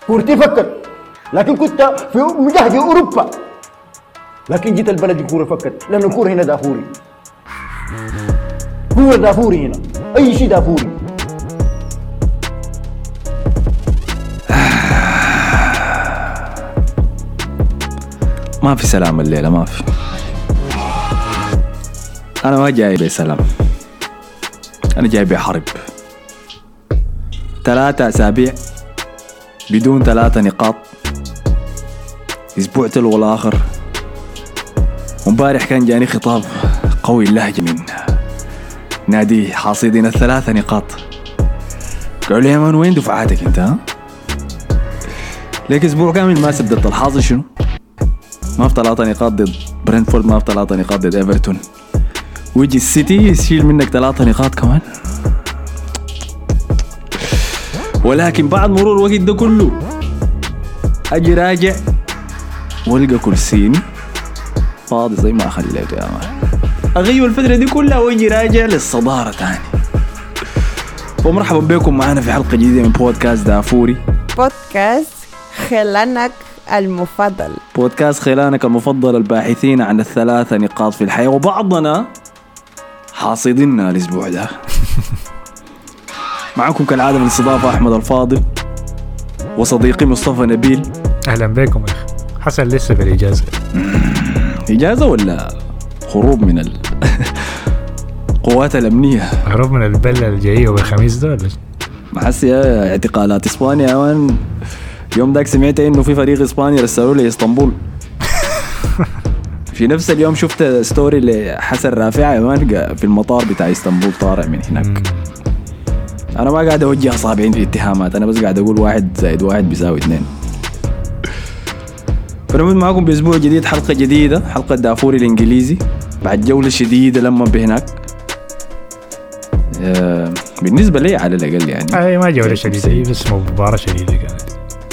كورتي فكت، لكن كنت في مجهد أوروبا، لكن جيت البلد الكورة فكت لأن الكورة هنا دافوري. هو دافوري هنا، أي شيء دافوري. ما في سلام الليلة، ما في. أنا ما جاي بسلام، أنا جاي بحرب. 3 أسابيع بدون 3 نقاط، أسبوع تلو الآخر. ومبارح كان جاني خطاب قوي اللهجة من نادي حاصدين 3 نقاط. قالوا لي يا مان وين دفعاتك انت؟ ها؟ ليك أسبوع كامل ما سبدت الحظ. شنو؟ ما في 3 نقاط ضد برينتفورد، ما في 3 نقاط ضد إيفرتون، ويجي السيتي يشيل منك 3 نقاط كمان. ولكن بعد مرور الوقت ده كله أجي راجع والقى كرسيني فاضي زي ما خليته يا مان. أغيب الفترة دي كلها وأجي راجع للصدارة تاني. ومرحبا بكم معنا في حلقة جديدة من بودكاست دافوري، بودكاست خلانك المفضل، بودكاست خلانك المفضل، الباحثين عن 3 نقاط في الحياة، وبعضنا حاصديننا الأسبوع ده. معكم كالعادة من الاستضافة أحمد الفاضل وصديقي مصطفى نبيل. أهلا بكم يا أخي. حسن لسه في الإجازة. إجازة ولا هروب من القوات الأمنية؟ هروب من البلة الجاية والخميس ده ولا؟ محس يا اعتقالات إسبانيا وان يوم داك سمعت إنه في فريق إسباني رسلوا لي إسطنبول. في نفس اليوم شفت ستوري لحسن رافع يمان في المطار بتاع إسطنبول طارع من هناك. أنا ما قاعد أوجه أصابعين في اتهامات، أنا بس قاعد أقول 1 زائد 1 بيساوي 2. فنمت معكم بأسبوع جديد، حلقة جديدة، حلقة دافوري الإنجليزي بعد جولة شديدة لما بهناك. بالنسبة لي على الأقل يعني أي ما جولة شديدة، بس مباراة شديدة كانت.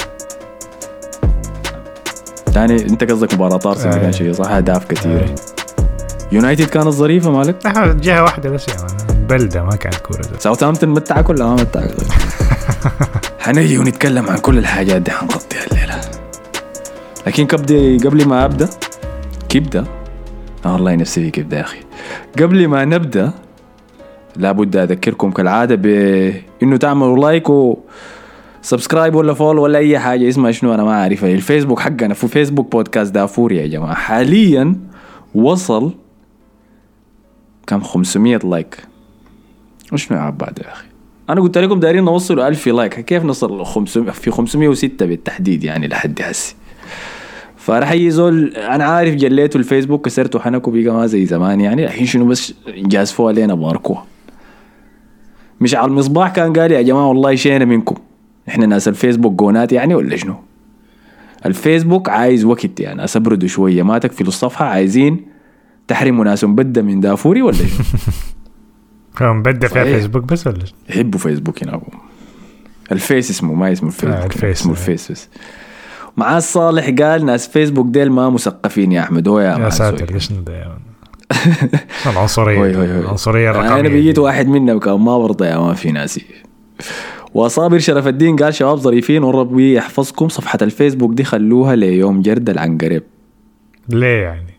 يعني أنت قصدك مباراة أرسنال كان شيء صح، أهداف كثيرة. يونايتد كانت ظريفة مالك؟ جهة واحدة بس يا مان، بلدة ما كانت كورة. ساوثهامبتون متعك ولا ما متعك؟ حنيجي ونتكلم عن كل الحاجات دي، حنغطيها الليلة. لكن قبل ما أبدأ كبدة، والله نفسي في كبدة يا أخي. قبل ما نبدأ لابد أذكركم كالعادة بإنه تعملوا لايك وسبسكرايب ولا فولو ولا أي حاجة اسمها شنو أنا ما أعرفها. الفيسبوك حقنا في فيسبوك بودكاست دافوري يا جماعة، حاليا وصل كم 500 لايك. وشنو يا عباد يا أخي، أنا قلت لكم دارين نوصلوا 1000 لايك، كيف نصل 500 في 506 بالتحديد يعني لحد هسي. فرح يزول أنا عارف جليته الفيسبوك كسرته حنكو بيقى ما زي زمان يعني، الحين شنو بس جازفوا علينا باركوه. مش على المصباح كان قال يا جماعة والله شينا منكم، إحنا ناس الفيسبوك قونات يعني ولا شنو؟ الفيسبوك عايز وقت يعني أسبرده شوية، ما تكفلوا الصفحة، عايزين تحرموا ناس مبدأ من دافوري ولا شنو؟ كان بدأ فيها فيسبوك بس ولا؟ يحبوا فيسبوك هنا. الفيس اسمه ما اسمه الفيسبوك، اسمه الفيس بس. مع الصالح قال ناس فيسبوك ديل ما مثقفين يا أحمد. هو يا ساتر ليش ده يا العنصرية العنصرية الرقمية. أنا بيجيت واحد منا وكان ما برضى يا ما في ناسي. وصابر شرف الدين قال شباب ظريفين وربي يحفظكم، صفحة الفيسبوك دي خلوها ليوم جرد العنقريب. ليه يعني؟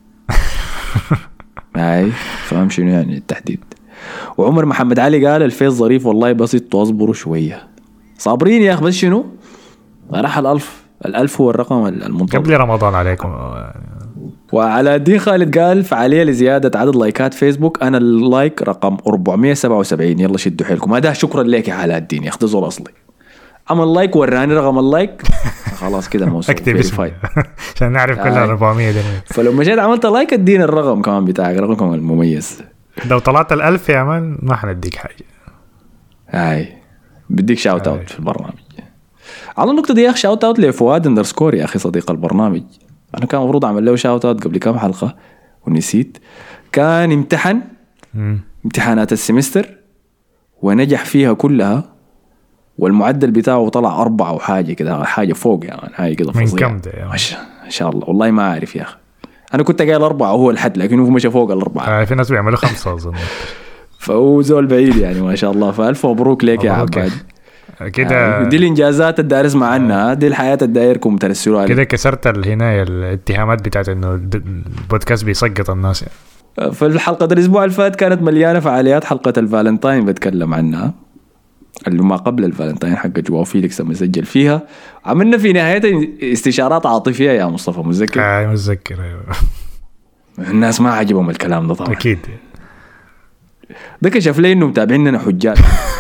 هاي فهم شنو يعني التحديد. وعمر محمد علي قال الفيس ظريف والله بسيط واصبروا شوية. صابرين يا أخي بس شنو راح الألف هو الرقم المنتظر قبل رمضان عليكم. وعلى الدين خالد قال فعالية لزيادة عدد لايكات فيسبوك، أنا اللايك رقم 477، يلا شدوا حيلكم. هذا شكرا لك يا علاء الدين، ياخذ زول أصلي عمل لايك وراني رقم اللايك خلاص كده موصول اكتب اسمي عشان نعرف كلها 400 دي. فلو مشيت عملت لايك اديني الرقم كمان بتاعك، رقمكم المميز. لو طلعت 1000 يا مان ما حنديك حاجة. هاي بديك شاوت اوت في البرنامج. على النقطة دي يا أخي شاوت اوت لفؤاد اندرسكور يا أخي صديق البرنامج. أنا كان مفروض أعمل له شاوت اوت قبل كام حلقة ونسيت. كان امتحن امتحانات السمستر ونجح فيها كلها، والمعدل بتاعه طلع 4 أو حاجة كده، حاجة فوق يعني هاي كده فظيعة. من كم ده ما شاء الله والله ما أعرف يا أخي، أنا كنت قايل 4 وهو الحد، لكن هو مشى فوق 4. في ناس بيعملوا 5 أظن. فهو زول بعيد يعني ما شاء الله. فألف مبروك ليك يا عباد. كده دي الانجازات الداير اسمع عنها، دي الحياه الدايركم ترسلوا عليها. كده كسرت الهنايه الاتهامات بتاعت انه البودكاست بيسقط الناس يعني. فالحلقه الاسبوع اللي فات كانت مليانه فعاليات. حلقه الفالنتاين بتكلم عنها، اللي ما قبل الفالنتاين حق جواو فيليكس مسجل فيها. عملنا في نهايه استشارات عاطفيه يا مصطفى، متذكر؟ متذكر ايوه. الناس ما عجبهم الكلام ده طبعا، اكيد. ده كشف لي انه متابعيننا حجات.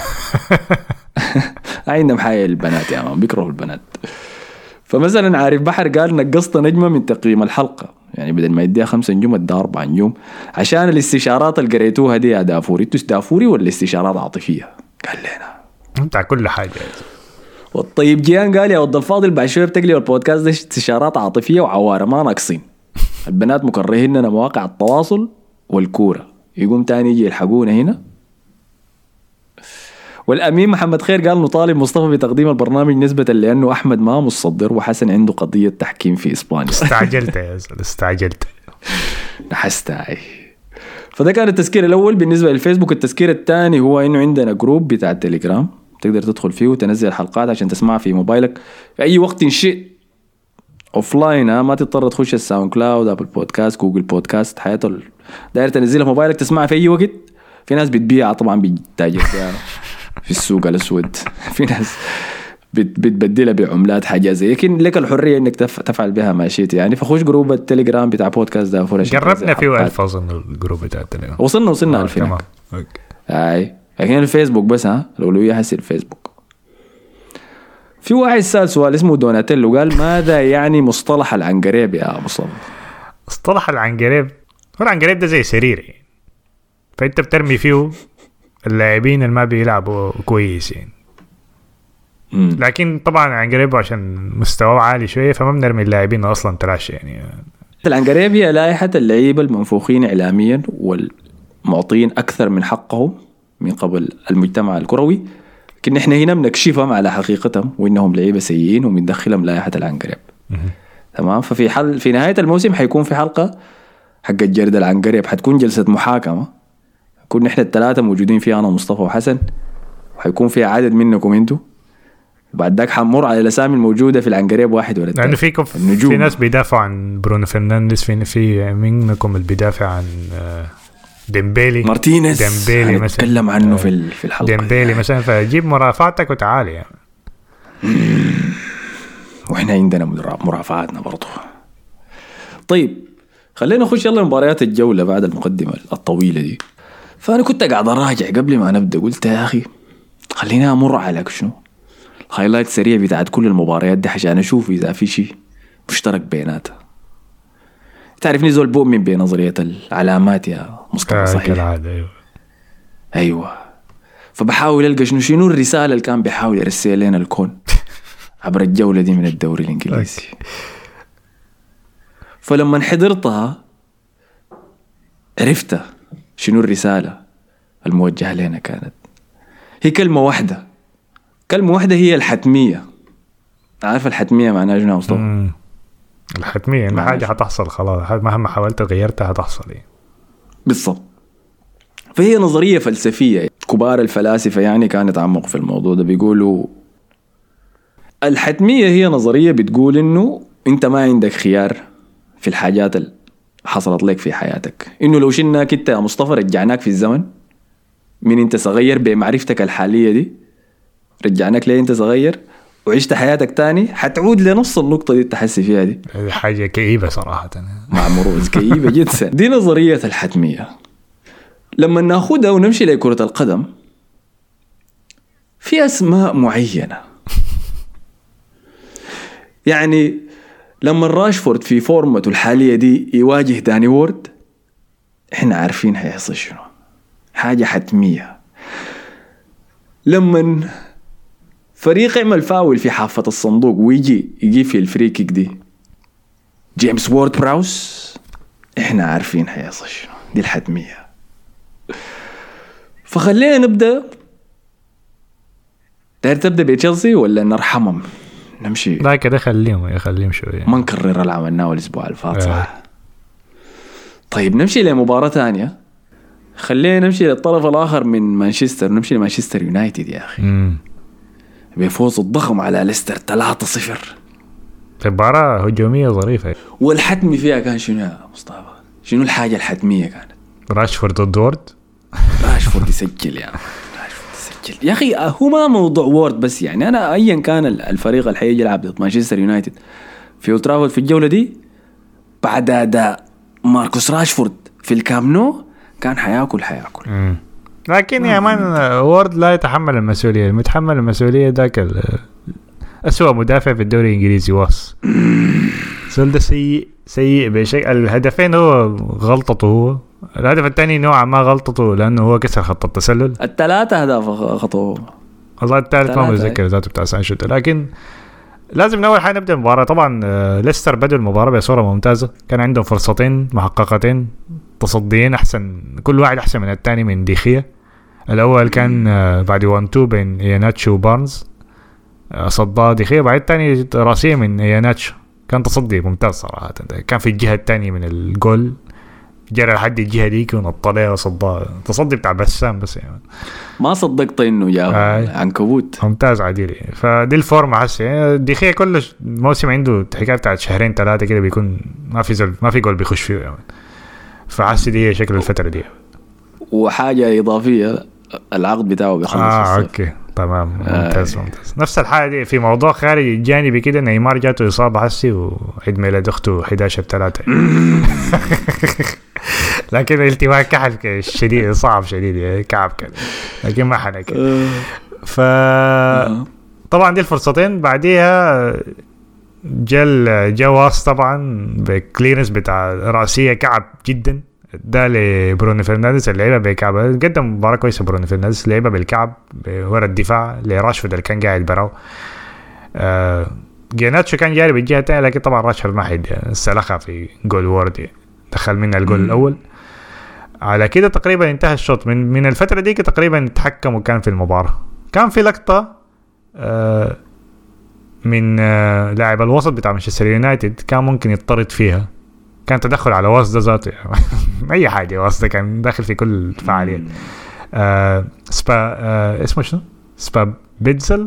عندهم حاجه البنات يا مان، بيكرهوا البنات. فمثلا عارف بحر قال نقصت نجمه من تقييم الحلقه، يعني بدل ما يديها 5 نجوم اديها 4 نجوم عشان الاستشارات اللي قريتوها دي. يا دافوري انتوا دافوري ولا استشارات عاطفيه؟ قال لنا بتاع كل حاجه. والطيب جيان قال يا ود الفاضل بعد شويه بتقلب البودكاست ده استشارات عاطفيه وعواره ما ناقصين. البنات مكرهيننا مواقع التواصل والكوره، يقوم تاني يجي يلحقونا هنا. والأمين محمد خير قال نطالب مصطفى بتقديم البرنامج نسبة لأنه أحمد ما مصدر وحسن عنده قضية تحكيم في إسبانيا. استعجلت يا زلمة، استعجلت. نحستاي. فده كان التذكير الأول بالنسبة للفيسبوك. التذكير الثاني هو إنه عندنا جروب بتاع التليجرام تقدر تدخل فيه وتنزل الحلقات عشان تسمعها في موبايلك في أي وقت شئت أوفلاين. ما تضطر تخش الساوند كلاود، أبل بودكاست، جوجل بودكاست، حياته داير تنزلها في موبايلك تسمعها في أي وقت. في ناس بتبيعها طبعا بتتاجر فيها في السوق الأسود، في ناس بتبدلها بعملات حاجة زي، لكن لك الحرية انك تفعل بها ما شئت يعني. فخش جروب التليجرام بتاع بودكاست ده فرش. جربنا فيه 1000 اظن الجروب بتاع التليجرام، وصلنا 1000 تمام. اي لكن الفيسبوك بس الأولوية حسي الفيسبوك. في واحد سأل سؤال اسمه دوناتيلو قال ماذا يعني مصطلح العنقريب يا ابو صبر؟ مصطلح العنقريب، هو العنقريب ده زي سرير، فانت بترمي فيه اللاعبين اللي ما بيلعبوا كويس يعني. لكن طبعا العنقريب عشان مستواه عالي شويه فما بنرمي اللاعبين اصلا تراش يعني. العنقريب هي لائحه اللعيبه المنفوخين اعلاميا والمعطين اكثر من حقهم من قبل المجتمع الكروي، لكن احنا هنا بنكشفهم على حقيقتهم وانهم لعيبه سيئين وبندخلهم لائحه العنقريب. تمام. في نهايه الموسم حيكون في حلقه حق الجرد العنقريب، حتكون جلسه محاكمه، كنا احنا الثلاثه موجودين فيها انا ومصطفى وحسن، وحيكون في عدد منكم انتوا. بعد ذاك حنمر على الاسامي الموجوده في العنقريب واحد ولا يعني فيكم في ناس بيدافعوا عن برونو فرنانديز، في منكم اللي بيدافع عن ديمبيلي مارتينيز، ديمبيلي مثلا نتكلم عنه في الحلقه ديمبيلي مثلا، فجيب مرافعتك وتعالي يعني. واحنا عندنا مرافعاتنا برضو. طيب خلينا نخش يلا مباريات الجوله بعد المقدمه الطويله دي. فانا كنت قاعد اراجع قبل ما نبدا، قلت يا اخي خلينا امر على شنو الهايلايت سريع بتاعت كل المباريات دي عشان اشوف اذا في شيء مشترك بيناتها. تعرفني زول بؤمن بنظريه العلامات يا مصطفى، صحيح؟ كالعاده. ايوه. فبحاول القى شنو الرساله اللي كان بيحاول يرسل لنا الكون عبر الجوله دي من الدوري الانجليزي. فلما حضرتها عرفت شنو الرسالة الموجهة لنا. كانت هي كلمة واحدة هي الحتمية. عارف الحتمية معناها شنو يا مصطفى؟ الحتمية إن حاجة هتحصل خلاص، مهما حاولت غيرتها هتحصل يعني. بالضبط. فهي نظرية فلسفية، كبار الفلاسفة يعني كانوا يتعمقوا في الموضوع ده، بيقولوا الحتمية هي نظرية بتقول إنه أنت ما عندك خيار في الحاجات اللي حصلت لك في حياتك. إنه لو شلناك أنت يا مصطفى رجعناك في الزمن من أنت صغير بمعرفتك الحالية دي، رجعناك ليه أنت صغير وعشت حياتك تاني، حتعود لنص النقطة دي تحسي فيها دي. حاجة كئيبة صراحة، مع مروز كئيبة جدا. دي نظرية الحتمية. لما ناخدها ونمشي لكرة القدم في أسماء معينة. يعني لما راشفورد في فورمته الحالية دي يواجه داني وورد، احنا عارفين هيحصل شنو، حاجة حتمية. لما فريق يعمل فاول في حافة الصندوق ويجي يجي في الفري كيك دي جيمس وورد براوس، احنا عارفين هيحصل شنو، دي الحتمية. فخلينا نبدأ. داير تبدأ بتشيلسي ولا نرحمهم نمشي؟ لا كده خليهم شوية، ما نكرر اللي عملناه الأسبوع الفات صح؟ طيب نمشي لمباراة ثانية. خلينا نمشي للطرف الآخر من مانشستر، نمشي لمانشستر يونايتد. يا أخي بفوز الضخم على ليستر 3-0. في مباراة هجومية ظريفة. والحتمي فيها كان شنو يا مصطفى؟ شنو الحاجة الحتمية كانت؟ راشفورد ضد وورد. راشفورد يسجل يا يا أخي. هو ما موضوع وورد بس، يعني أنا أيا كان الفريق اللي حيجي يلعب ضد مانشستر يونايتد في أولد ترافورد في الجولة دي بعد أداء ماركوس راشفورد في الكامب نو كان حياكل. لكن يا مان وورد لا يتحمل المسؤولية. المتحمل المسؤولية ذاك أسوأ مدافع في الدوري الإنجليزي واس. سول ده سيء بشكل. الهدفين هو غلطته هو. الهدف الثاني نوعا ما غلطته لأنه هو كسر خط التسلل. 3 أهداف خطوه. والله الثالث ما متذكر ذاته بتاع سانشو. لكن لازم من أول حاجة نبدأ المباراة. طبعا ليستر بدأ المباراة بصورة ممتازة. كان عندهم فرصتين محققتين تصديين أحسن، كل واحد أحسن من الثاني من ديخية. الأول كان بعد 1-2 بين إياناتشو وبارنز صداه ديخية. بعد الثاني راسية من إياناتشو كان تصدي ممتاز صراحة. كان في الجهة الثانية من الجول جرى لحد الجهة ديك ونطلع وصداه تصدي بتاع بسام بس يعني. ما صدقت انه جاب عنكبوت ممتاز عديل. فدي الفورمة حسي يعني. ديخية كل موسم عنده حكاية بتاعت 2-3 كده بيكون ما في جول بيخش فيه يعني. فحسي دي هي شكل الفترة دي. وحاجة إضافية العقد بتاعه بيخلص اوكي تمام ممتاز. نفس الحاجة دي في موضوع خارج جانبي كده. نيمار جاته إصابة حسي وعيد ميلاد أخته 11/3 لكن التواء كحل شديد صعب شديد يعني كعب كده لكن ما حنك. طبعا دي الفرصتين. بعديها جواس طبعا بكليرنس بتاع رأسية كعب جدا ده لبرونو فرنانديز اللي بكعب. قدم مباراة كويسة برونو فرنانديز لعبها بالكعب ورا الدفاع لراشفورد اللي كان قاعد براو. جيناتشو كان جاري بالجهة الثانية لكن طبعا راشفورد ما حد سلخها في جول وورد دخل منها الجول الأول. على كده تقريبا انتهى الشوط. من الفترة دي تقريبا تحكم وكان في المباراة. كان في لقطة من لاعب الوسط بتاع مانشستر يونايتد كان ممكن يضطرد فيها. كان تدخل على واسطة ذاته يعني. أي حاجة واسطة كان داخل في كل فعاليات. اسمه شنو؟ سبا بيتزل.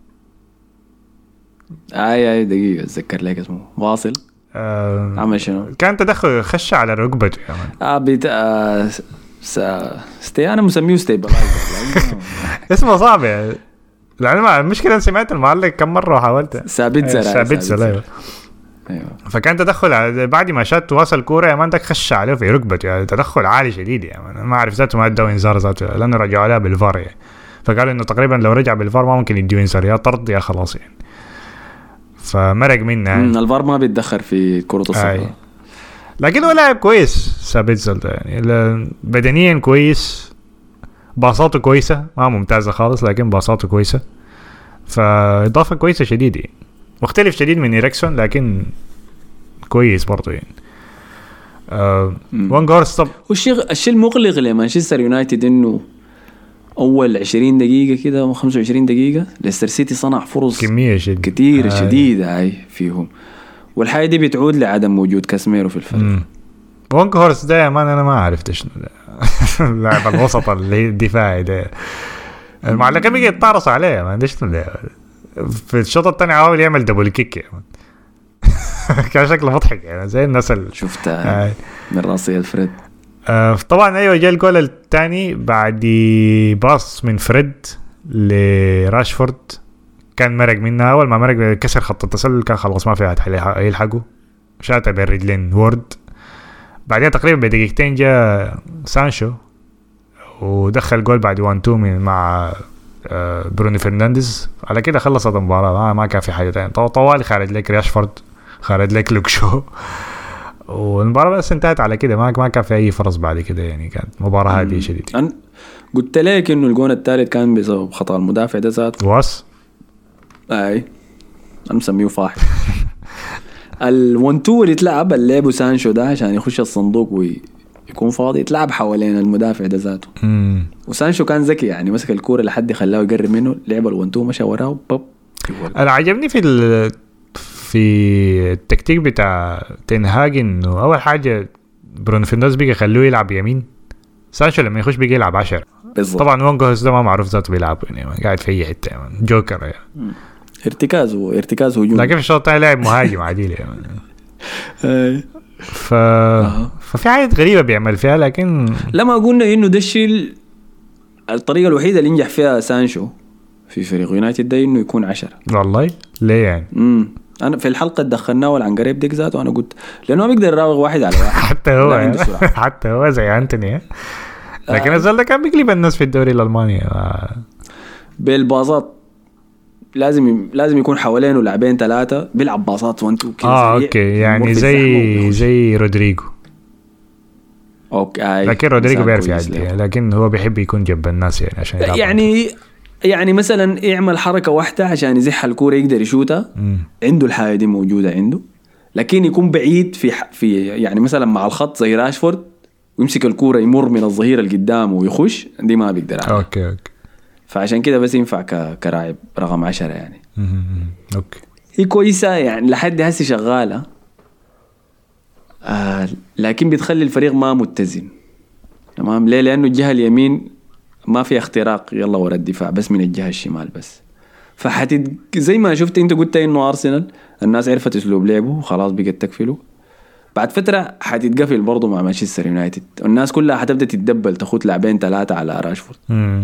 اي دقيقة اتذكر لك اسمه واصل. عمل شنو؟ كان تدخل خش على ركبته يعني. انا مسميه ستيبل اسمه صعب يعني. لأن المشكلة سمعت المعلق كم مرة وحاولت. سابيتزل ايوه. فكان تدخل بعد ما شات واصل كورة يا مان دك خش عليه في ركبته يعني. تدخل عالي شديد يعني. ما أعرف ذاته ما ادوا انذار ذاته لأنه رجعوا عليها بالفار يعني. فقالوا إنه تقريبا لو رجع بالفار ما ممكن يدوا انذار يا طرد يا خلاص يعني. فمرق منه يعني. الفار ما بيتدخل في كرة الصفر. لكن هو لاعب كويس سابيتزل يعني. بدنيا كويس باصاته كويسة ما ممتازة خالص لكن باصاته كويسة. فإضافة كويسة شديدة يعني. مختلف شديد من إريكسون لكن كويس برضو يعني. وان جورس طب الشيء المقلق لمانشستر يونايتد إنه أول 20 دقيقة كده و25 دقيقة ليستر سيتي صنع فرص كمية كتير شديدة هاي فيهم. والحاجة دي بتعود لعدم وجود كاسميرو في الفريق. وان جورس ده أنا ما عرفت شنو لاعب الوسط اللي الدفاعي ده. المعلقة بيجي يتطارص عليه ما عندش شنو في الشوط الثاني عاول يعمل دبل كيك يعني. كان شكله مضحك يعني زي الناس اللي شفتها من راسي الفريد. طبعا ايوه جاء الجول الثاني بعد باص من فريد لراشفورد كان مرق منها. اول ما مرق كسر خط التسلل كان خلاص ما في احد يلحقه شاته بالرجلين وورد. بعدها تقريبا بدقيقتين جاء سانشو ودخل جول بعد 1-2 مع برونو فرنانديز. على كده خلصت المباراة ما كان في حاجة تانية. طوالي خارج لك راشفورد خارج لك لوكشو والمباراة بس انتهت على كده. ما كان في أي فرص بعد كده يعني. كانت مباراة هادية شديد. أنا قلت لك إنه الجون الثالث كان بسبب خطأ المدافع ده ذاته. واس أنا مسميه فاحش. ال1-2 اللي تلعب اللعبه سانشو ده عشان يخش الصندوق ويكون فاضي يتلعب حوالين المدافع ده ذاته. وسانشو كان ذكي يعني مسك الكوره لحد خلاه يقرب منه لعب ال1-2 مشى وراه بب. انا عجبني في التكتيك بتاع تنهاج انه اول حاجه برونو فرنانديز بيجي خلوه يلعب يمين سانشو لما يخش بيجي يلعب 10 بالضبط. طبعا وونغوس ده ما معروف ذاته بيلعب يعني قاعد في اي حته يعني جوكر يعني. ارتكاز هجوم. لكن في الشوط الثاني لاعب مهاجم عادي يعني. ففي حاجات غريبه بيعمل فيها لكن لما قلنا انه ده الشيء الطريقه الوحيده اللي ينجح فيها سانشو في فريق يونايتد ده انه يكون 10. والله ليه يعني؟ انا في الحلقه دخلناه عن قريب ديك ذاته وانا قلت لانه ما بيقدر يراوغ واحد على واحد. حتى هو حتى هو زي انتوني. لكن الزول ده كان بيقلب الناس في الدوري الالماني بالباصات. لازم يكون حوالينه لاعبين 3 بيلعب باصات 1 2 كده. اوكي يعني زي رودريجو. اوكي لكن رودريجو بيعرف يعدي لكن هو بيحب يكون جنب الناس يعني عشان يلعب. يعني مثلا يعمل حركه واحده عشان يزح الكوره يقدر يشوتها. عنده الحاجه دي موجوده عنده. لكن يكون بعيد في يعني مثلا مع الخط زي راشفورد ويمسك الكوره يمر من الظهير اللي قدامه ويخش دي ما بيقدر عليها. اوكي فعشان كده بس ينفع كراعب رقم 10 يعني. اوكي هي كويسه يعني لحد هسه شغاله. لكن بتخلي الفريق ما متزن. تمام ليه؟ لانه الجهه اليمين ما في اختراق يلا ورا الدفاع بس من الجهه الشمال بس. زي ما شفت انت قلت انه ارسنال الناس عرفت اسلوب لعبه وخلاص بقت تكفله. بعد فتره حتتقفل برضه مع مانشستر يونايتد والناس كلها حتبدا تتدبل تاخد لاعبين 3 على راشفورد.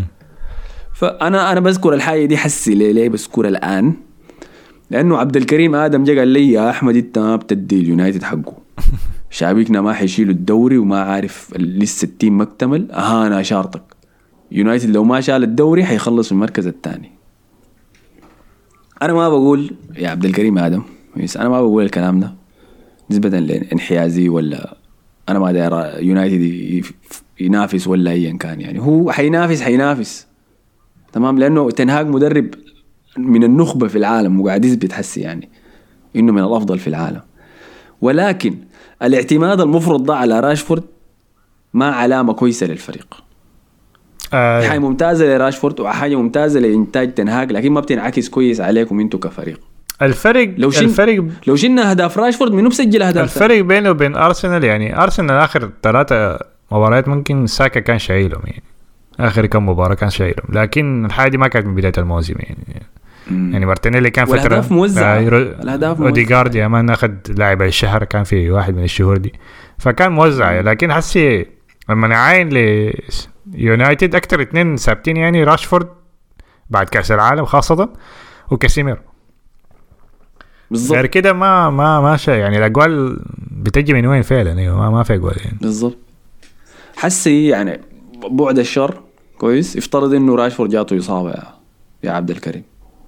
فانا بذكر الحاجه دي حسي ليه بذكر الان لانه عبد الكريم ادم جا قال لي يا احمد انت ما بتدي اليونايتد حقه. شعبيكنا ما حيشيلوا الدوري وما عارف لسه التيم مكتمل. انا شارطك يونايتد لو ما شال الدوري حيخلص في المركز الثاني. انا ما بقول يا عبد الكريم ادم انا ما بقول الكلام ده نسبه لانحيازي ولا انا ما داير يونايتد ينافس ولا ايا كان يعني. هو حينافس تمام لانه تنهاج مدرب من النخبه في العالم وقاعد يثبت حسي يعني انه من الافضل في العالم. ولكن الاعتماد المفروض ضع على راشفورد ما علامه كويسه للفريق. حاجه ممتازه لراشفورد وحاجه ممتازه لانتاج تنهاج لكن ما بتنعكس كويس عليكم انتوا كفريق. الفرق لو شلنا اهداف راشفورد منو بسجل اهداف؟ الفرق بينه وبين ارسنال يعني ارسنال اخر 3 مباريات ممكن ساكا كان شايلهم يعني اخر كم مباراه كان شايلهم لكن الحاجه دي ما كانت من بدايه الموسم يعني مارتينيلي كان فتره الاهداف موزعه. الاهداف اوديغارد يا مان اخذ لاعب الشهر كان في واحد من الشهور دي فكان موزع. لكن حسي لما نعاين ليونايتد اكثر 2 ثابتين يعني راشفورد بعد كاس العالم خاصه وكاسيميرو بالضبط. غير كده ما يعني الاجوال بتجي من وين فعلا. ايوه ما في اجوال يعني بالضبط. حسي يعني بعد الشر كويس افترض انه راشفورد جاته اصابه يا عبد الكريم.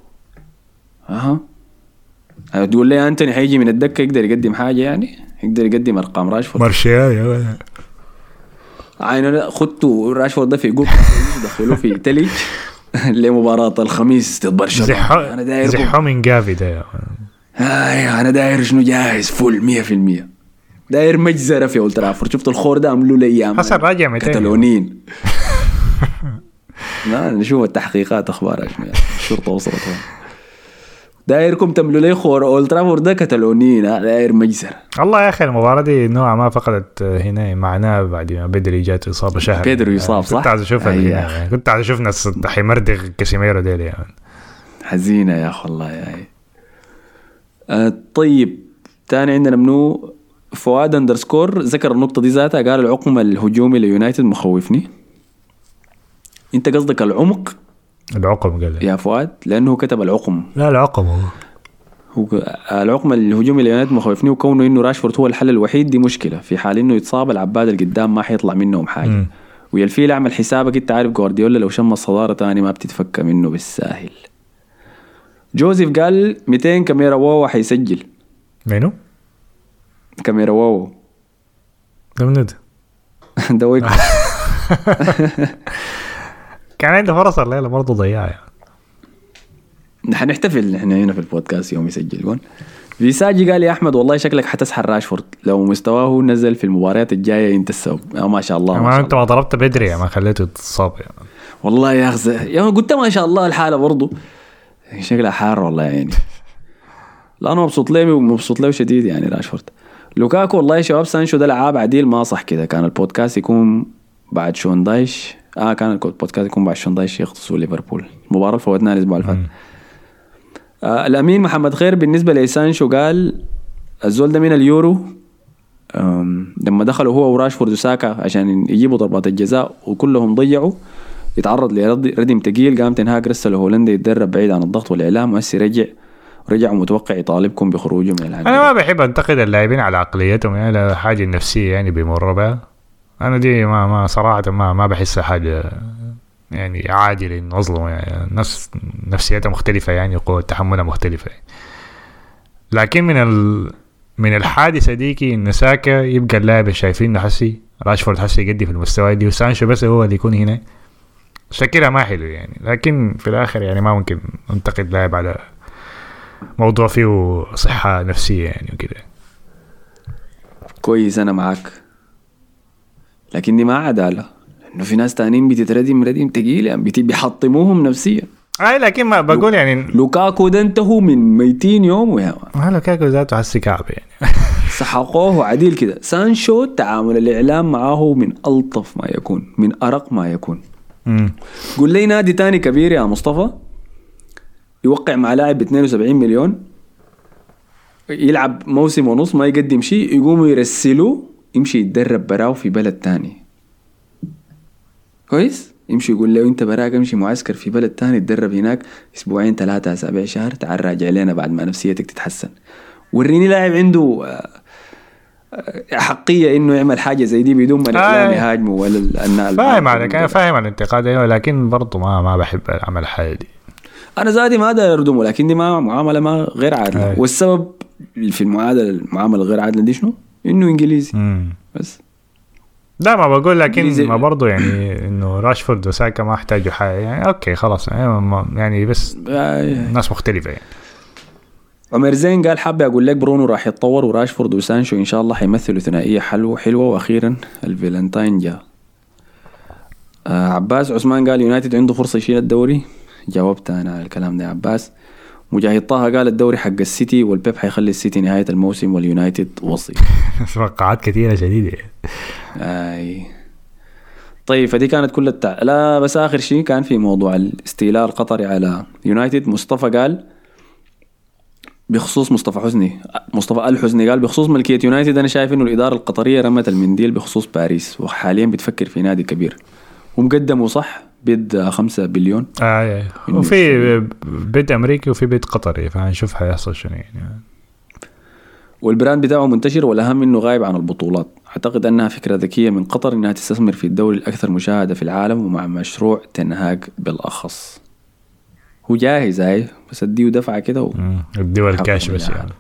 تقول لي انتوني حيجي من الدكه يقدر يقدم حاجه يعني يقدر يقدم ارقام راشفورد مارشال يا عينه خدته راشفورد ده في جوب دخلوه في تلج لمباراه الخميس ضد برشلونه. انا داير زحوا من جافي ده انا داير شنو جاهز فل 100% داير مجزره في اولد ترافورد. شفت الخور ده عملوا لي ايام حسن راجع 200 كتالونيين. لا نشوف التحقيقات اخبار شنو الشرطه وصلت هون. دايركم تملوا لي خور اولد ترافورد ده كتالونيين داير مجزره. الله يا اخي المباراه دي نوعا ما فقدت هنا معناه بعد ما بدري جات اصابه شهر. بدري يصاب صح. كنت عايز اشوفها كنت عايز اشوف ناس حيمردغ كاسيميرو ده يعني. حزينه يا اخي والله يا طيب تاني عندنا منو فؤاد اندرسكور ذكر النقطة دي ذاتها قال العقم الهجومي ليونايتد مخوفني. انت قصدك العمق؟ العقم قال يا فؤاد لانه كتب العقم. لا العقم هو العقم الهجومي ليونايتد مخوفني وكونه انه راشفورد هو الحل الوحيد دي مشكلة في حال انه يتصاب العباد القدام ما حيطلع منهم حاجة. ويلفيل اعمل حسابك انت عارف جوارديولا لو شم الصدارة تاني ما بتتفك منه بالساهل. جوزيف قال 200 كاميرا واو حيسجل. منو؟ كاميرا واو ده منو ده؟ ده ويك كان عنده فرص الليلة برضو ضيعها يعني. حنحتفل نحن هنا في البودكاست يوم يسجل جون. فيساجي قال يا أحمد والله شكلك حتسحر راشفورد لو مستواه نزل في المباريات الجاية انت السبب. ما شاء الله ما انت ما ضربت بدري ما خليته تصاب يعني. والله يا أخي يا قلت ما شاء الله الحالة برضو شكلها حار والله يعني. لا أنا مبسوط له شديد يعني راشفورد. لوكاكو والله يا شباب سانشو ده لعاب عديل ما صح كده. كان البودكاست يكون بعد شوندايش كان البودكاست يكون بعد شوندايش يختصوا ليفربول. المباراة فوتناها الأسبوع اللي فات. الأمين محمد خير بالنسبة لسانشو قال الزول ده من اليورو لما دخلوا هو وراشفورد وساكا عشان يجيبوا ضربات الجزاء وكلهم ضيعوا، يتعرض لردم تقيل، قام تنهاج رسله هولندا يتدرب بعيد عن الضغط والإعلام، وهسي رجع متوقع يطالبكم بخروجه من العالم. انا ما بحب انتقد اللاعبين على عقليتهم، يعني حاجه نفسيه يعني بيمر بها. انا دي ما صراحه ما بحسها حاجه يعني عادي لانه اظلم، يعني نفسيتها مختلفه يعني وقوه تحملها مختلفه يعني. لكن من الحادثه ديكي ان ساكا يبقى اللاعب شايفين حسي راشفورد حسي يقدي في المستوى دي وسانشو بس هو اللي يكون هنا، شكلها ما حلو يعني. لكن في الاخر يعني ما ممكن انتقد لاعب على موضوع فيه صحة نفسية يعني وكده. كويس أنا معك، لكن دي ما عدالة، إنه في ناس تانين بتتردم تقيل يعني بيحطموهم نفسيا. لكن ما بقول يعني لوكاكو ده انتهوا من 200 يوم ويا لوكاكو ذاته حسي كعب يعني سحقوه عديل كده. سانشو تعامل الإعلام معه من ألطف ما يكون، من أرق ما يكون. قول لي نادي تاني كبير يا مصطفى يوقع مع لاعب ب 72 مليون يلعب موسم ونص ما يقدم شيء، يقوموا يرسلوه يمشي يتدرب براو في بلد تاني كويس، يمشي يقول له انت براك امشي معسكر في بلد تاني تدرب هناك اسبوعين 3 اسابيع شهر، تعال راجع لنا بعد ما نفسيتك تتحسن. وريني لاعب عنده حقية انه يعمل حاجة زي دي بدون ما الاعلام يهاجمه ولا الناس. فاهم عليك، انا فاهم الانتقاد لكن برضو ما بحب اعمل الحاجة دي. انا زادي ما اقدر اردمه، لكن دي ما معامله ما غير عادله. والسبب في المعامله الغير عادله دي شنو؟ انه انجليزي بس. لا ما بقول، لكن ما برضو يعني انه راشفورد وساكا ما احتاجوا حاجه يعني. اوكي خلاص يعني بس ناس مختلفه يعني. عمر زين قال حابة اقول لك برونو راح يتطور وراشفورد وسانشو ان شاء الله حيمثلوا ثنائيه حلوه. واخيرا الفالنتاين جاء. عباس عثمان قال يونايتد عنده فرصه يشيل الدوري. جاوبت أنا على الكلام ده يا عباس. مجاهد طه قال الدوري حق السيتي والبيب حيخلي السيتي نهاية الموسم واليونايتد وصي. توقعات كثيرة شديدة. طيب فدي كانت كل لا بس آخر شيء كان في موضوع الاستيلاء القطري على يونايتد. مصطفى قال بخصوص مصطفى الحزني قال بخصوص ملكية يونايتد أنا شايف إنه الإدارة القطرية رمت المنديل بخصوص باريس وحاليا بتفكر في نادي كبير ومقدمه صح بيد 5 بليون. وفي بيد أمريكي وفي بيد قطري، فهنشوف حيحصل شنو يعني. والبراند بتاعه منتشر والأهم إنه غايب عن البطولات. أعتقد أنها فكرة ذكية من قطر إنها تستثمر في الدوري الأكثر مشاهدة في العالم ومع مشروع تنهاج بالأخص. هو جاهز هاي بس اديه دفعة كده اديه الكاش بس يعني.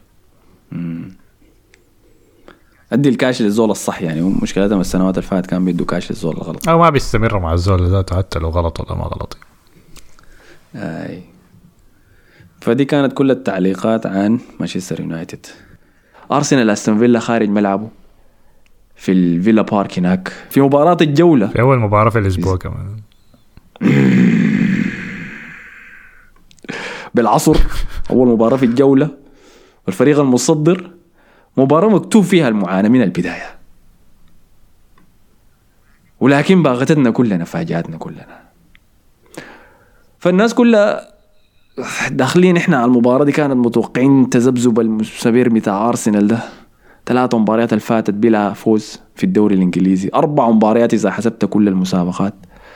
ادي الكاش للزول الصح يعني. مشكلتها من السنوات اللي فاتت كان بيدو كاش للزول الغلط او ما بيستمر مع الزول ذاته حتى لو غلط ولا ما غلط. فدي كانت كل التعليقات عن مانشستر يونايتد. ارسنال استون فيلا خارج ملعبه في الفيلا بارك هناك في مباراة الجولة، في اول مباراة في الاسبوع كمان بالعصر. اول مباراة في الجولة والفريق المصدر، مباراة مكتوب فيها المعاناة من البداية، ولكن باغتتنا كلنا، فاجأتنا كلنا. فالناس كلها داخلين احنا على المباراة دي كانت متوقعين تذبذب المستمر بتاع أرسنال ده. 3 مباريات الفاتت بلا فوز في الدوري الإنجليزي، 4 مباريات إذا حسبت كل المسابقات.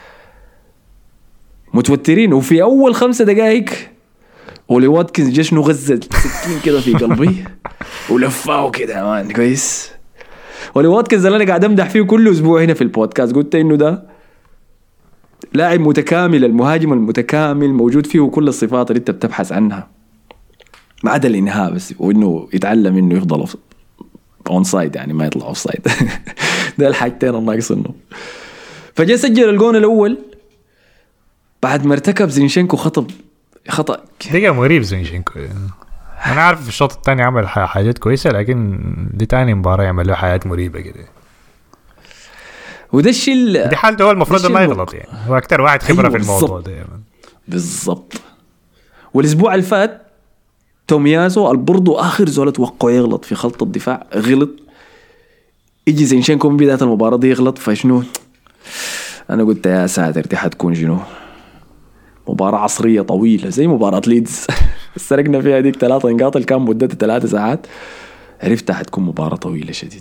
متوترين، وفي أول 5 دقائق أولي واتكنز جشنو غزة سكين كده في قلبي ولفاه كده مان كويس. أولي واتكنز اللي أنا قاعد أمدح فيه كل أسبوع هنا في البودكاست، قلت إنه ده لاعب متكامل، المهاجم المتكامل موجود فيه كل الصفات اللي أنت بتبحث عنها ما عدا الإنهاء بس، وإنه يتعلم إنه يفضل اون سايد يعني ما يطلع اوف سايد ده الحاجتين الناقصينه. فجاء سجل الجون الاول بعد ما ارتكب زينشينكو خطأ دقيقة مريب زينشينكو. انا عارف في الشوط الثاني عمل حاجات كويسة، لكن دي تاني مباراة يعمل له حاجات مريبة كده. وده الشيء دي حالته هو المفروض ما يغلط يعني، هو اكتر واحد خبرة في الموضوع ده يعني. بالضبط. والاسبوع اللي فات توميازو البرضو آخر زول توقع يغلط في خلط الدفاع غلط، يجي زينشينكو من بداية المباراة دي يغلط، فشنو انا قلت يا ساتر دي حتكون شنو؟ مباراة عصرية طويلة زي مباراة ليدز سرقنا فيها ديك 3 نقاط اللي كان مدتها 3 ساعات. عرفتها حتكون مباراة طويلة شديد.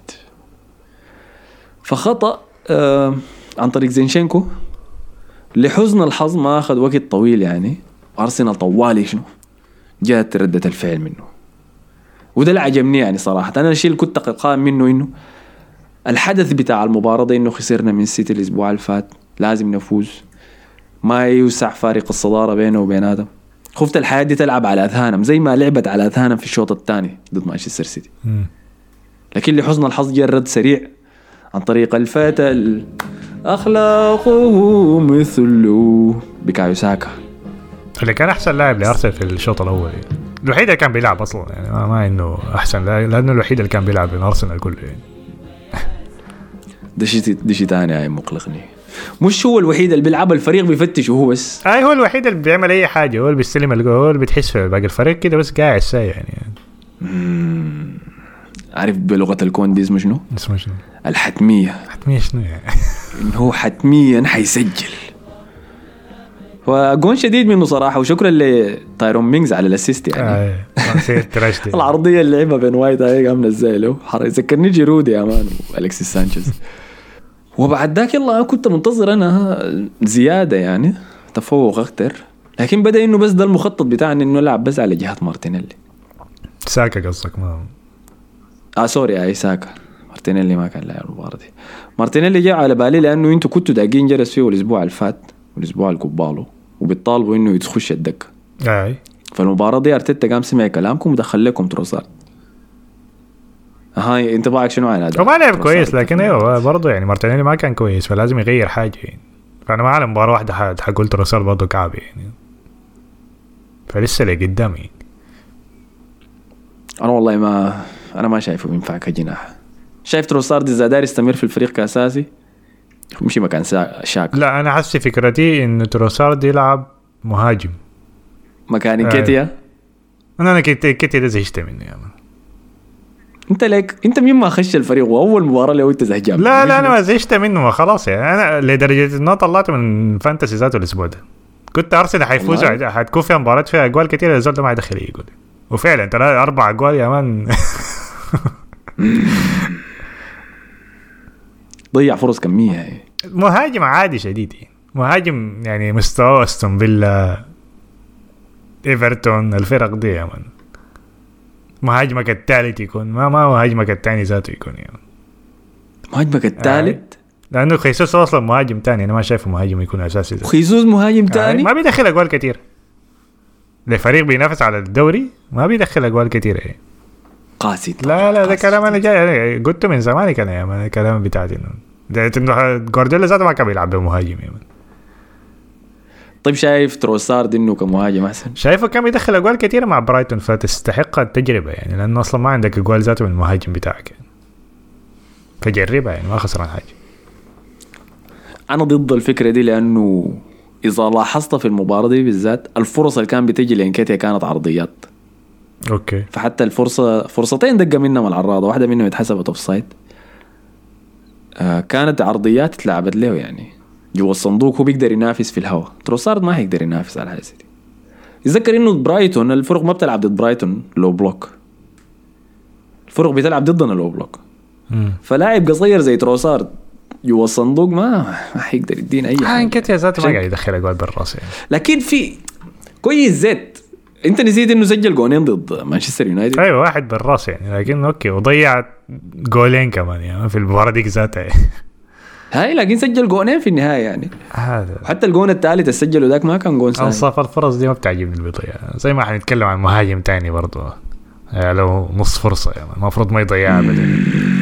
فخطأ عن طريق زينشينكو لحزن الحظ ما أخذ وقت طويل يعني. أرسنال طوالي شنو جاءت ردة الفعل منه، وده اللي عجبني يعني صراحة. أنا الشيء اللي كنت قائم منه إنه الحدث بتاع المباراة ده إنه خسرنا من سيتي الأسبوع اللي فات، لازم نفوز، ما يوسع فارق الصدارة بينه وبين آدم. خفت الحياة دي تلعب على أذهانهم زي ما لعبت على أذهانهم في الشوط الثاني ضد مانشستر سيتي. لكن لحزن الحظ جاء الرد سريع عن طريق الفتى أخلاقه مثل بكايو ساكا اللي كان أحسن لاعب لأرسنال في الشوط الأول. الوحيد اللي كان بيلعب أصلا يعني ما إنه أحسن، لأنه الوحيد اللي كان بيلعب لأرسنال كله يعني. ده شيء تاني يعني مقلقني. مش هو الوحيد اللي بيلعب، الفريق بيفتش وهو بس. هو الوحيد اللي بيعمل أي حاجة، هو اللي بيستلم الجول، هو اللي بتحس في باقي الفريق كده بس قاعد ساي يعني. عارف بلغة الكون دي اسمه شنو؟ اسمه شنو؟ الحتمية. حتمية شنو يعني؟ إنه هو حتميا حيسجل. وجون شديد منه صراحة، وشكرا لتايرون مينجز على الاسيست يعني. العرضية اللي لعبها بين وايت هاي عاملة ازاي له ذكرني جيرودي يا مان والكسيس سانشيز. وبعد ذاك يلا كنت منتظر انا زيادة يعني تفوق اكتر، لكن بدأ انه بس ده المخطط بتاعنا انه لعب بس على جهة مارتينيلي. ساكا قصدك؟ ما سوري ساكا. مارتينيلي ما كان لاعب المباراة دي. مارتينيلي جاء على بالي لانه انتوا كنتوا داقين جرس فيه الاسبوع اللي فات والاسبوع القباله وبيطالبوا انه يخش الدكه. فالمباراه دي ارتيتا قام سمع كلامكم ودخل لكم تروسارد. هاي انت باعك شنو عن هذا؟ ما لعب كويس، لكن ايوه برضه يعني مارتينيلي ما كان كويس، فلازم يغير حاجه يعني. فانا ما على مباراه واحده حقول تروسارد برضه كعبي يعني، فلسه اللي قدامي. انا والله ما شايفه ينفع كجناح. شايف تروسارد اذا داير يستمر في الفريق كاساسي مش مكان شاك. لا انا حاسس فكرتي انه تروسارد يلعب مهاجم مكان كيتيا. انا كيتيا ده زهجت منه يا مان. انت مين ما خش الفريق واول مباراه له انت زهجان؟ لا انا ما زهجت منه خلاص يعني. انا لدرجه انه طلعته من فانتسي ذاته الاسبوع ده. كنت ارسنال حيفوزوا، حتكون فيها مباراه فيها اجوال كتير، الزول ده ما يدخل يقول. وفعلا 4 اجوال يا مان. ضيع فرص كميه. مهاجم عادي شديد، مهاجم يعني مستوى استون فيلا، ايفرتون، الفرق دي يا مان. مهاجمك الثالث يكون ما مهاجمك الثاني ذاته يكون يعني. مهاجمك الثالث لانه خيسوس اصلا مهاجم ثاني، انا ما شايفه مهاجم يكون اساسي. خيسوس مهاجم ثاني ما بيدخل اجوال كتير لفريق بينافس على الدوري، ما بيدخل اجوال كتير يعني. قاسي. لا ده كلام انا جاي قلته من زمان كان يا مان. الكلام بتاعتي انه جوارديولا ذاته ما كان بيلعب بمهاجم يا مان. طيب شايف تروسارد انه كمهاجم احسن؟ شايفه كان بيدخل اجوال كتير مع برايتون، فتستحق التجربه يعني، لانه اصلا ما عندك اجوال ذاته من المهاجم بتاعك يعني. فجربها يعني، ما خسران حاجه. انا ضد الفكره دي، لانه اذا لاحظت في المباراه دي بالذات الفرص اللي كان بتجي لانكيتيا كانت عرضيات. اوكي. فحتى فرصتين دقه منهم العراضه، واحده منهم اتحسبت اوفسايد. كانت عرضيات اتلعبت له يعني جوا الصندوق، هو بيقدر ينافس في الهواء. تروسارد ما هيقدر ينافس على هذه دي. يذكر انه برايتون الفرق ما بتلعب ضد برايتون لو بلوك، الفرق بتلعب ضدنا لو بلوك. فلاعب قصير زي تروسارد جوا الصندوق ما هيقدر يدين اي حاجه. انكيتيا ذاته ما قاعد يدخل اجوال بالراس يعني. لكن في كويس زيت. انت نسيت انه سجل جولين ضد مانشستر يونايتد. ايوه واحد بالراس يعني، لكن اوكي وضيع جولين كمان يعني في المباراه ديك ذاتها. هاي لكن سجل جولين في النهايه يعني. هذا حتى الجون الثالث اللي سجله ذاك ما كان جول سهل. انصاف الفرص دي ما بتعجبني البيضية. زي ما حنتكلم عن مهاجم تاني برضه لو نص فرصه يعني المفروض ما يضيعها ابدا.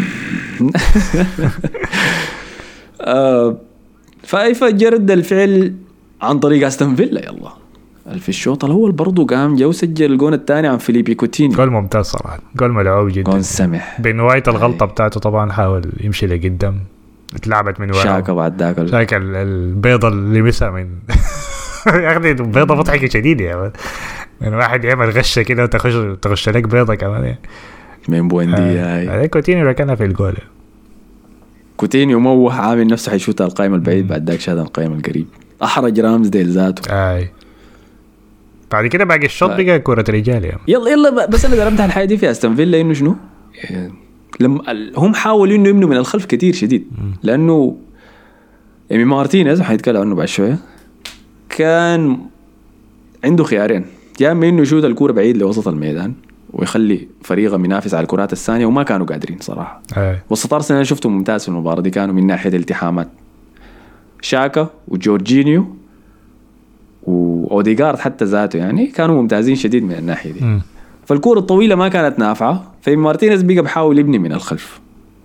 فايفا جرد الفعل عن طريق استون فيلا. يلا في الشوط الاول برضه قام جو سجل الجون الثاني عن فيليبي كوتينيو. جول ممتاز صراحه، جول ملعوب جدا، جول سمح. بين وايت الغلطه بتاعته طبعا حاول يمشي لقدام، اتلعبت من ورا شاكا بعد ذاك شاكا البيضه اللي مسها من اخذت بيضه مضحكه شديده يعني واحد يعمل غشه كده وتخش لك بيضه كمان يعني. من بويندي هاي كوتينيو ركنها في الجول. كوتينيو موه عامل نفسه حيشوتها القائم البعيد، بعد ذاك شاهد القائم القريب، احرج رامز ديل ذاته. اي بعد كده باقي الشوط بقى كرة رجال يعني. يلا بس انا درمت الحاجه دي في استون فيلا انه شنو لما هم حاولوا انه يبنوا من الخلف كتير شديد، لانه إيمي مارتينيز حيتكلم عنه بعد شويه كان عنده خيارين، يا اما انه يشوت الكوره بعيد لوسط الميدان ويخلي فريقه منافس على الكرات الثانيه، وما كانوا قادرين صراحه. وسط ارسنال انا شفته ممتاز في المباراه دي، كانوا من ناحيه الالتحامات شاكا وجورجينيو واوديغارد حتى ذاته يعني كانوا ممتازين شديد من الناحيه دي. فالكوره الطويله ما كانت نافعه، فمارتينيز بقى بحاول يبني من الخلف،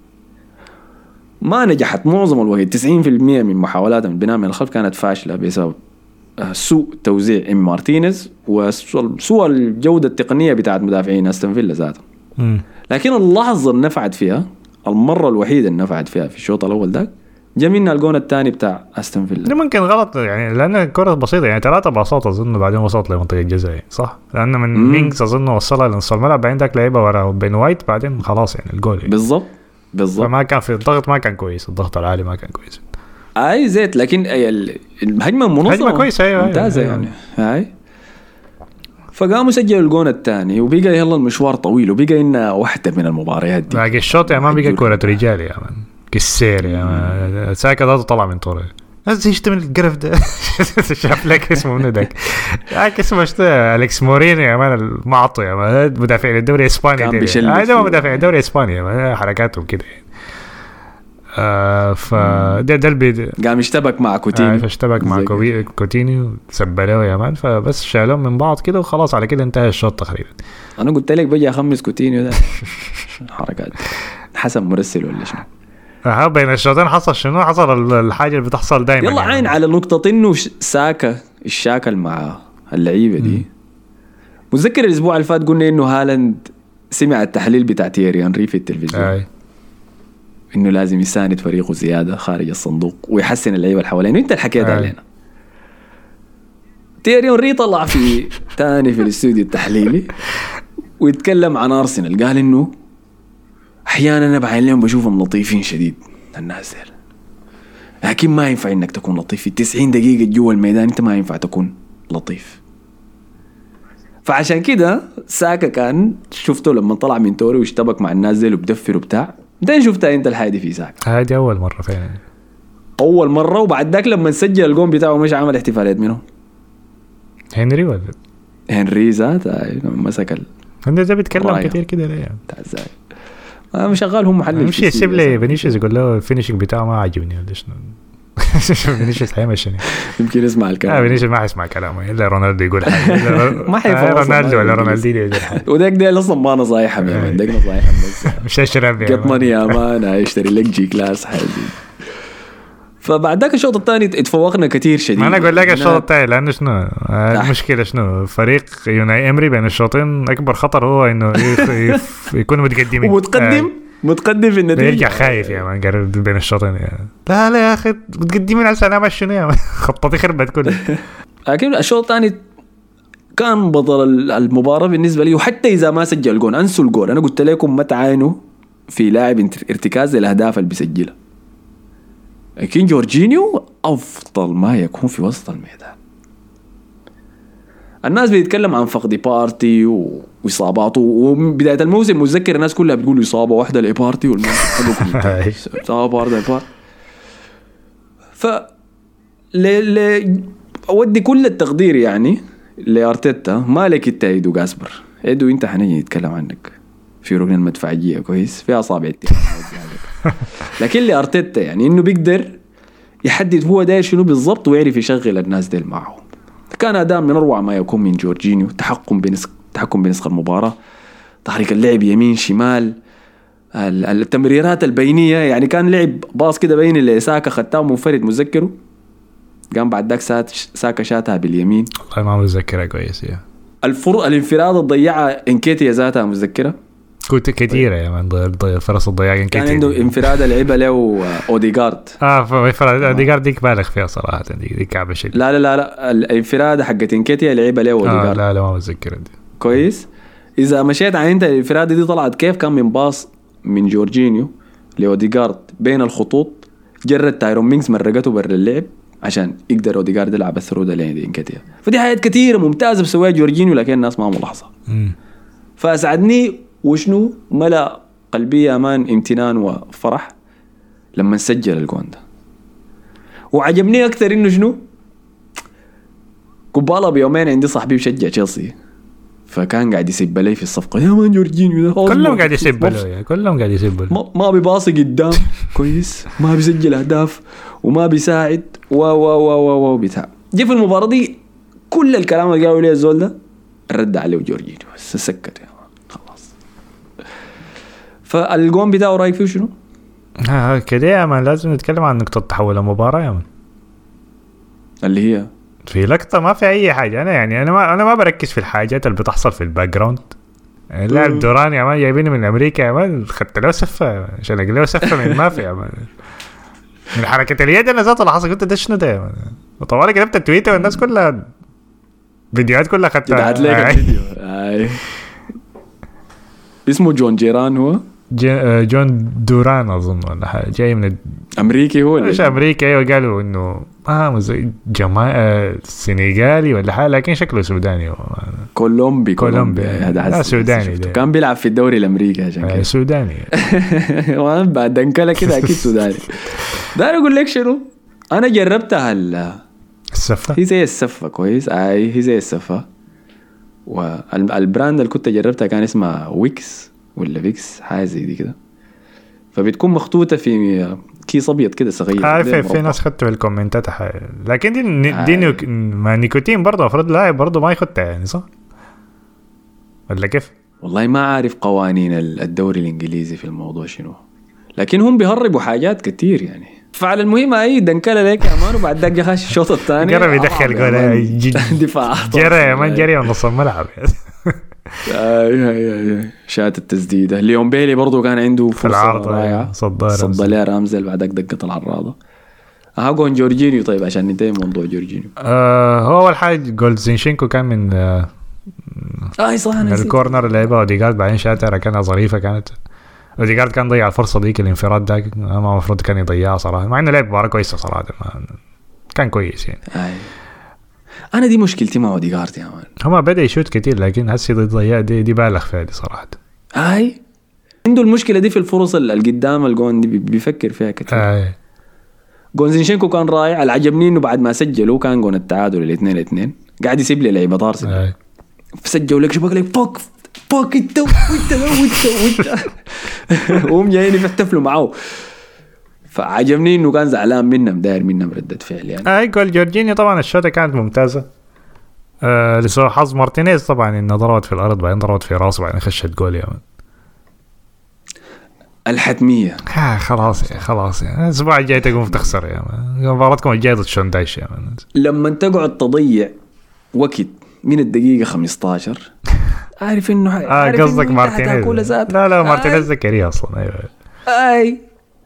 ما نجحت معظم الوقت. 90% من محاولات البناء من الخلف كانت فاشله بسبب سوء توزيع مارتينيز وسوء الجوده التقنيه بتاعت مدافعين استون فيلا ذاته. لكن اللحظه اللي نفعت فيها، المره الوحيده اللي نفعت فيها في الشوط الاول ذاك، جا منا الجون الثاني بتاع استون فيلا. ممكن غلط يعني، لان الكره بسيطه يعني 3 باصات اظن، بعدين وصلت لمنطقه الجزاء صح، لان من مينكس اظن وصلها لنص الملعب، عندك لعيبه ورا بين وايت، بعدين خلاص يعني الجول يعني. بالضبط فما كان في الضغط، ما كان كويس، الضغط العالي ما كان كويس. اي زيت، لكن الهجمه منظمه، هجمه كويسه ايوه ممتازه يعني. هاي فقاموا سجلوا الجون الثاني، وبقى يلا المشوار طويل، وبقى إنها واحدة من المباريات دي. باقي الشوط يا مان بقى كرة رجال يا مان، كسير يا مان، ساكا ضاته طلع من طوره. ازاي يشتمل القرف ده؟ شاف لك اسمه منو داك؟ اسمه اشتا أليكس مورينيو يا مان، المعطو يا مان، مدافع الدوري الإسباني. هذا مدافع الدوري الإسباني يا مان، حركاته كده. ده البيد قام اشتبك مع كوتينيو، اشتبك مع كوتينيو، سبلوه يا مان، فبس شالهم من بعض كده وخلاص، على كده انتهى الشوط تقريبا. انا قلت لك بيجي اخمس كوتينيو ده حركات حسن مرسل ولا شنو. بين الشوطين حصل شنو؟ حصل الحاجه اللي بتحصل دايما يلا يعني. عين على نقطه انه ساكا الشاكل مع اللعيبه دي. متذكر الاسبوع اللي فات قلنا انه هالاند سمع التحليل بتاع تييري هنري في التلفزيون انه لازم يساند فريقه زياده خارج الصندوق ويحسن اللعيبه اللي حواليه. انت الحكي ده علينا. تييري هنري طلع في تاني في الاستوديو التحليلي ويتكلم عن ارسنال، قال انه احيانا انا بعين لهم بشوفهم لطيفين شديد الناس دي، لكن ما ينفع انك تكون لطيف في 90 دقيقه جوا الميدان، انت ما ينفع تكون لطيف. فعشان كده ساكا كان شفته لما طلع من توري واشتبك مع الناس دي وبدفر وبتاع. ده شفتها انت الحادي في ساكا، هذه اول مره فعلا، اول مره. وبعد ذاك لما سجل الجون بتاعه مش عمل احتفالات منه هنري ولا هنري ذات مسك هنري ده بيتكلم كتير كده ليه يعني ازاي مش شغال هم محلل مش يسيب لي فينيسيوس يقول له الفينيشنج بتاعه ما عجبني ولا شنو. فينيسيوس حيمشي يمكن يسمع الكلام. فينيسيوس ما حيسمع كلامه الا رونالدو يقول حاجه ما حيفهم رونالدو ولا رونالدينيو يقول حاجه. وداك ده اصلا ما نصايح يا داك نصايح بس مش اشرب جت ماني يا مان اشتري لك جي كلاس حاجه. فبعد ذاك الشوط الثاني اتفوقنا كثير شديد. ما انا اقول لك الشوط الثاني لانه شنو المشكله شنو فريق يوناي امري بين الشوطين اكبر خطر هو انه يكون متقدمين متقدم في النتيجه يرجع خايف يا مان قرب بين الشوطين يعني. لا يا اخي متقدمين على سلامه شنو يا مان خطتي خربت كلها. لكن الشوط الثاني كان بطل المباراه بالنسبه لي. وحتى اذا ما سجل الجون انسوا الجول. انا قلت لكم ما تعاينوا في لاعب ارتكاز الاهداف اللي بيسجلها، لكن جورجينيو افضل ما يكون في وسط الميدان. الناس بيتكلم عن فقد بارتي واصاباته، وبدايه الموسم متذكر الناس كلها بتقول اصابه واحده لبارتي اصابه واحده لبارتي. ف اودي كل التقدير يعني لارتيتا. مالك انت ايدو جاسبر ايدو، انت حنيجي نتكلم عنك في ركن المدفعيه كويس في اصابع لكن لارتيتا يعني انه بيقدر يحدد هو داير شنو بالضبط ويعرف يشغل الناس ديل معه. كان اداء من اروع ما يكون من جورجينيو. تحكم بنسق المباراه، تحريك اللعب يمين شمال، التمريرات البينيه. يعني كان لعب باص كده بين اللي ساكا خدته منفرد متذكره، قام بعد ذاك ساكا شاتها باليمين والله ما متذكرها كويس. يا الانفراد الضيعه انكيتيا ذاتها متذكره كنت كثيره يا مان. فرص الضياع كان عنده انفراد لعبه له اوديغارد. اوديغارد ديك بالغ فيها صراحه، دي كعبه شيء. لا الانفراد حقت انكيتيا لعبه له اوديغارد. لا ما متذكر دي كويس. اذا مشيت على انت الانفراد دي طلعت كيف كان من باص من جورجينيو لأوديغارد بين الخطوط، جرد تايرون مينكس مرقته برا اللعب عشان يقدر أوديغارد يلعب الثرو ده لين ينكتيا. فدي حاجات كثيرة ممتازة بسويها جورجينيو لكن الناس ما ملاحظة. فأسعدني وشنو ملأ قلبي أمان امتنان وفرح لما سجل الجون ده. وعجبني أكثر إنه شنو قبالة بيومين عندي صاحبي بشجع تشيلسي، فكان قاعد يسب لي في الصفقة يا مان جورجينيو ده كلهم قاعد يسبوا له، كلهم قاعد يسبوا له. ما بيباصي قدام كويس، ما بيسجل أهداف وما بيساعد و بتاع. جه في المباراة دي كل الكلام اللي قالوا لي الزول ده رد عليه جورجينيو بس سكت يا مان خلاص. فالجون بتاعه رايك فيه شنو؟ كده يا مان لازم نتكلم عن نقطة تحول المباراة يا مان، اللي هي في لقطة ما في أي حاجة. أنا ما بركز في الحاجات اللي بتحصل في الباك جراوند. اللاعب دوران يا مان جايبيني من أمريكا يا مان، خدت له سفة عشان أقول له سفة من ما في يا مان. من حركة اليد أنا ذات اللي حصل قلت ده شنو ده يا مان. وطوالي كتبت التويتر والناس كلها فيديوهات كلها خدتها. دعت لك الفيديو. اسمه جون جيران هو جون دوران أظن ولا حاجة جاي من أمريكي هو مش أمريكا. أيوة قالوا إنه سنغالي ولا حاجة لكن شكله سوداني. كولومبي هذا سوداني ده. كان بيلعب في الدوري الأمريكي عشان كده سوداني. بعد دنكله كده أكيد سوداني. ده أقول لك شنو أنا جربتها السفة هي زي السفة كويس. هي زي السفة. والبراند اللي كنت جربتها كان اسمها ويكس ولا فيكس حاجة زي دي كده، فبتكون مخطوطة في كيس أبيض كده صغير. عارف في ناس خدت في الكومنتات لكن دي ما نيكوتين برضه أفرض لاعب برضه ما يخدها يعني صح ولا كيف؟ والله ما عارف قوانين الدوري الإنجليزي في الموضوع شنو، لكن هم بيهربوا حاجات كتير يعني. فعلى المهم أي دنكلة ليك يا مان، وبعد ذاك يخش الشوط الثاني جرب يدخل جول دفاع جرى يا مان جري من نص الملعب. شات التسديدة. ليون بيلي برضو كان عنده فرصة رائعة صد لها رامزل بعدك دقة العراضة. جون جورجينيو. طيب عشان ننتهي موضوع جورجينيو هو أول حاجة جول زينشينكو كان من صح الكورنر اللي لعبها أوديغارد بعدين شاتها كانت ظريفة. كانت أوديغارد كان ضيع الفرصة ديك الانفراد ده ما مفروض كان يضيعها صراحة، مع إنه لعب مباراة كويسة صراحة كان كويس يعني. أنا دي مشكلتي مع أوديغارد يا مان، هما بدأ يشوت كتير لكن هسي ضيع دي بالغ فيها دي صراحة. عنده المشكلة دي في الفرص اللي قدام الجون دي بيفكر فيها كتير. جون زينشينكو كان رائع. اللي عجبني إنه بعد ما سجلوا كان جون التعادل 2-2 قاعد يسيب لي لعيبة أرسنال سجلوا لك شبك لك فوق انت وهم جايين يحتفلوا معه. فعجبني انه كان زعلان منهم داير منهم ردة فعل يعني. جول جورجينيو طبعا الشوطة كانت ممتازة. لسوء حظ مارتينيز طبعا انه ضربت في الارض بعدين ضربت في راسه بعدين خشت جول يا من الحتمية. خلاص يعني الاسبوع الجاي تقوم تخسر يا من مباراتكم الجاية ضد شوندايش يا من. لما تقعد تضيع وقت من الدقيقة 15 عارف انه قصدك مارتينيز. لا مارتينيز ذكريه اصلا. ايوه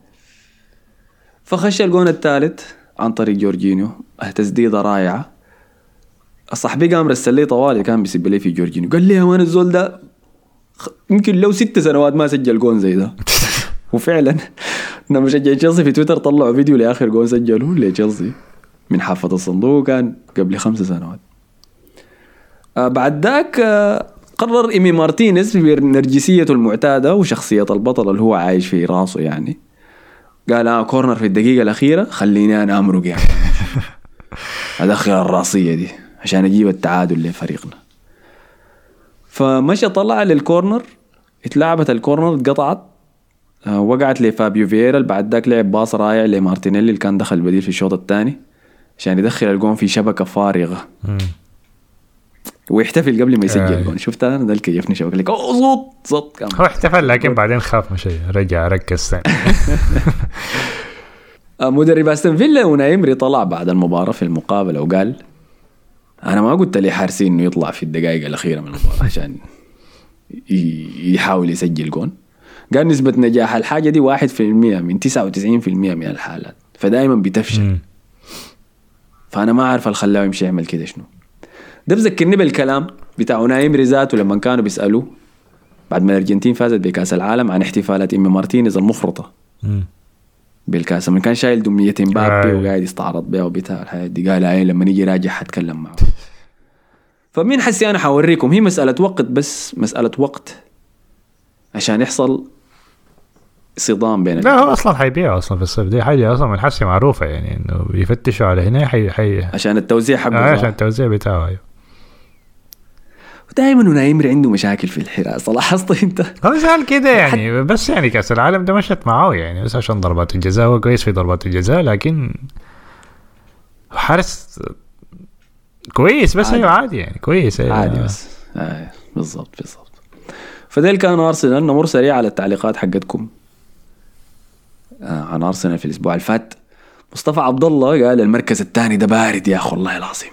فخش الجون الثالث عن طريق جورجينيو. تسديده رائعه. صاحبي قام رسل لي طوالي كان بيسب لي في جورجينيو قال لي يا مان الزول ده يمكن لو 6 سنوات ما سجل جون زي ده. وفعلا انا مشجع تشيلسي في تويتر طلعوا فيديو لاخر جون سجله لتشيلسي من حافة الصندوق كان قبل 5 سنوات. بعد ذاك قرر إيمي مارتينيز بنرجسيته المعتادة وشخصية البطل اللي هو عايش في راسه يعني قال كورنر في الدقيقة الأخيرة خليني أنا أمرق يعني أدخل الراسية دي عشان أجيب التعادل لفريقنا. فمشى طلع للكورنر اتلعبت الكورنر اتقطعت وقعت لفابيو فييرا. بعد ذاك لعب باص رائع لمارتينيلي اللي كان دخل بديل في الشوط الثاني عشان يدخل الجون في شبكة فارغة ويحتفل قبل ما يسجل الجون. شفت انا ده الكيفني شبك لك صوت كان هو احتفل لكن بعدين خاف مشي رجع ركز ثاني. مدرب استون فيلا وناي إمري طلع بعد المباراة في المقابلة وقال انا ما قلت لي حارسين انه يطلع في الدقائق الأخيرة من المباراة عشان يحاول يسجل جون. قال نسبة نجاح الحاجة دي 1% من 99% من الحالات فدائما بتفشل. فانا ما عارف الخلاه يمشي يعمل كده شنو. ده بذكرني بالكلام بتاع ناي إمري ذاته لما كانوا بيسألوه بعد ما الأرجنتين فازت بكأس العالم عن احتفالات إيمي مارتينيز المفرطة بالكاس من كان شايل دمية مبابي وقاعد يستعرض بها وبتاع الحياة دي، قال عين لما نيجي راجع حتكلم معه. فمين حسي أنا حوريكم، هي مسألة وقت، بس مسألة وقت عشان يحصل صدام بين لا هو اصلا حيبيعه اصلا في الصيف، دي حاجه اصلا من حسي معروفه يعني انه بيفتشوا على هنا عشان التوزيع حقه عشان التوزيع بتاعه. ايوه ودائما نايمر عنده مشاكل في الحراسه، لاحظت انت؟ هو زال كده يعني بس يعني كاس العالم ده مشت معاه يعني بس عشان ضربات الجزاء، هو كويس في ضربات الجزاء لكن حارس كويس بس ايوه عادي يعني كويس عادي بس بالضبط. فديل كان ارسنال. نمر سريع على التعليقات حقتكم عن ارسنال في الاسبوع اللي فات. مصطفى عبد الله قال المركز الثاني ده بارد يا اخي والله العظيم،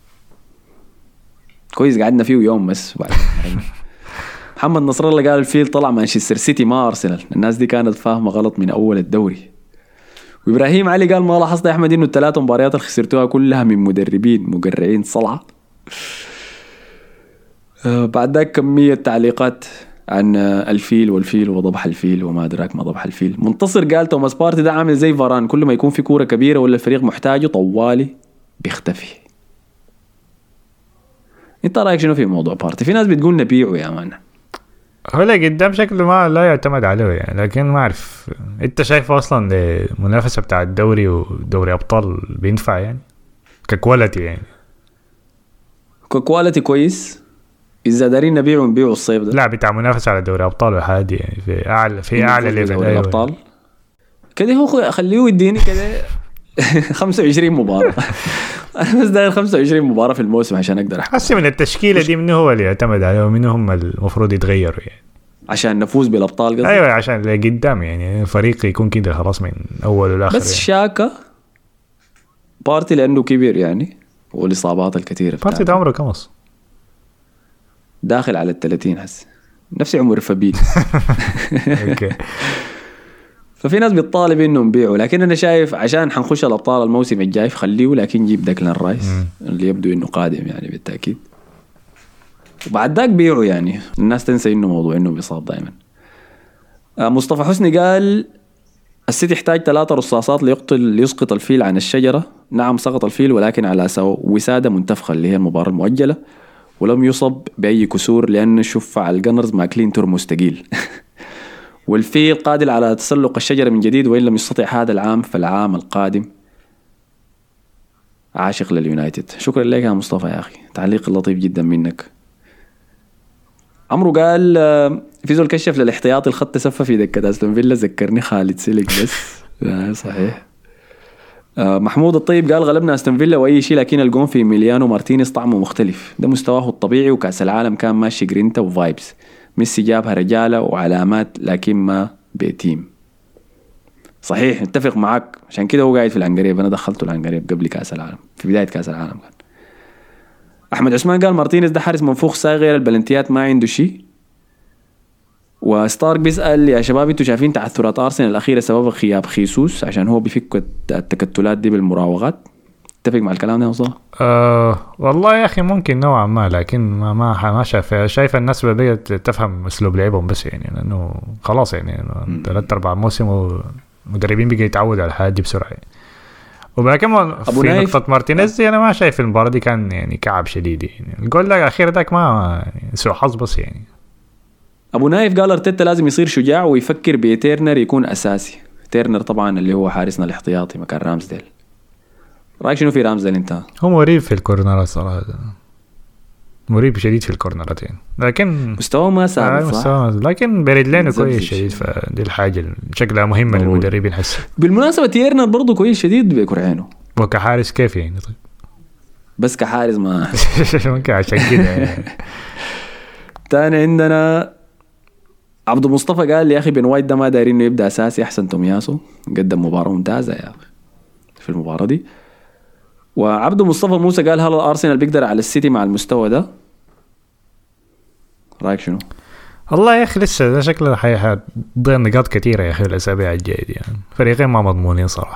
كويس قعدنا فيه يوم بس بعد. محمد نصر الله قال الفيل طلع مانشستر سيتي ما ارسنال، الناس دي كانت فاهمه غلط من اول الدوري. وابراهيم علي قال ما لاحظت يا احمد انه ال3 مباريات اللي خسرتوها كلها من مدربين مقرعين صلعه. بعد ذاك كميه تعليقات عن الفيل والفيل وضبح الفيل وما أدراك ما ضبح الفيل. منتصر قال توماس بارتي ده عامل زي فاران، كل ما يكون في كورة كبيرة ولا الفريق محتاجه طوالي بيختفي. انت رأيك شنو في موضوع بارتي؟ في ناس بتقول نبيعه يا مان. هو لا قدام شكله ما لا يعتمد عليه يعني، لكن ما أعرف انت شايفه اصلا المنافسة بتاع الدوري ودوري أبطال بينفع يعني ككواليتي يعني؟ ككواليتي كويس. إذا دارين نبيعوا الصيف ده. لا بتاع منافسة على دوري أبطال وحادي يعني في أعلى ليفل دوري الأبطال كده. هو خليه يديني كده 25 مباراة. أنا بس داير 25 مباراة في الموسم عشان أقدر أحسن من التشكيلة دي، منه هو اللي يعتمد عليه ومنه هم المفروض يتغيروا يعني عشان نفوز بالأبطال قصدي. أيوة عشان اللي قدام يعني فريق يكون كده خلاص من أول والآخر بس يعني. شاكا بارتي لأنه كبير يعني والإصابات الكثيرة. بارتي ده عمره كم أصلا؟ داخل على 30 هسه، نفس عمر فبيل. اوكي. ففي ناس بتطالب انه نبيعه، لكن انا شايف عشان حنخش الابطال الموسم الجاي خليه، لكن جيب داكلان رايس اللي يبدو انه قادم يعني بالتاكيد، وبعد ذاك بيعه. يعني الناس تنسى انه موضوع انه بيصاب دائما. مصطفى حسني قال السيتي يحتاج 3 رصاصات ليسقط الفيل عن الشجرة. نعم سقط الفيل ولكن على وسادة منتفخة اللي هي المباراة المؤجلة، ولم يصب بأي كسور لأن الشفع الجنرز ماكلين ترمس تقيل. والفيل قادر على تسلق الشجرة من جديد، وإن لم يستطع هذا العام فالعام القادم. عاشق لليونايتد. شكرا لك يا مصطفى يا أخي، تعليق لطيف جدا منك. عمرو قال في زول كشف للاحتياطي الخط سفة في دكة أستون فيلا، ذكرني خالد سيلك بس. صحيح. محمود الطيب قال غلبنا أستون فيلا وأي شيء، لكن الجون في ميليانو مارتينيز طعمه مختلف، ده مستواه الطبيعي، وكأس العالم كان ماشي جرينتا وفايبس. ميسي جابها رجالة وعلامات لكن ما بيتيم. صحيح نتفق معك، عشان كده هو قاعد في العنقريب. أنا دخلته العنقريب قبل كأس العالم، في بداية كأس العالم كان. أحمد عثمان قال مارتينيز ده حارس منفوخ ساي، غير البلنتيات ما عنده شيء. وستارك بيسأل يا شباب انتوا شايفين تعثرات أرسنال الأخيرة سبب غياب خيسوس عشان هو بيفك التكتلات دي بالمراوغات؟ اتفق مع الكلام ده وصح؟ والله يا أخي ممكن نوعا ما، لكن ما شايف الناس بدأت تفهم أسلوب لعبهم بس يعني، لأنه خلاص يعني 3-4 موسم ومدربين بيجي يتعودوا على الحاجة دي بسرعة يعني. وبكم في نقطة مارتينيز أنا ما شايف المباراة دي كان يعني كعب شديد يعني، الجول ده الأخير داك ما سوء حظ بس يعني. أبو نايف قال أرتيتا لازم يصير شجاع ويفكر بتيرنر يكون أساسي. تيرنر طبعا اللي هو حارسنا الاحتياطي مكان رامزديل. رأيك شنو في رامزديل انت؟ هو مريب في الكورنرات صراحة، مريب شديد في الكورنرات يعني، لكن مستواه ما ثابت صح؟ لكن بريدلينو كويس شديد، فدي الحاجة شكلها مهمة للمدربين حس. بالمناسبة تيرنر برضو كويس شديد بكرعينه. وكحارس كيف يعني طيب؟ بس كحارس ما ممكن عشان كده يعني. تاني عندنا عبد المصطفى قال يا أخي بن وايت ده ما دايرين إنه يبدأ أساسي، أحسن تومياسو قدم مباراة ممتازة يا أخي في المباراة دي. وعبد مصطفى موسى قال هل الأرسنال بيقدر على السيتي مع المستوى ده؟ رأيك شنو؟ والله يا أخي لسه ده شكله ضيع نقاط كثيرة يا أخي الأسابيع الجاية يعني، فريقين ما مضمونين صراحة.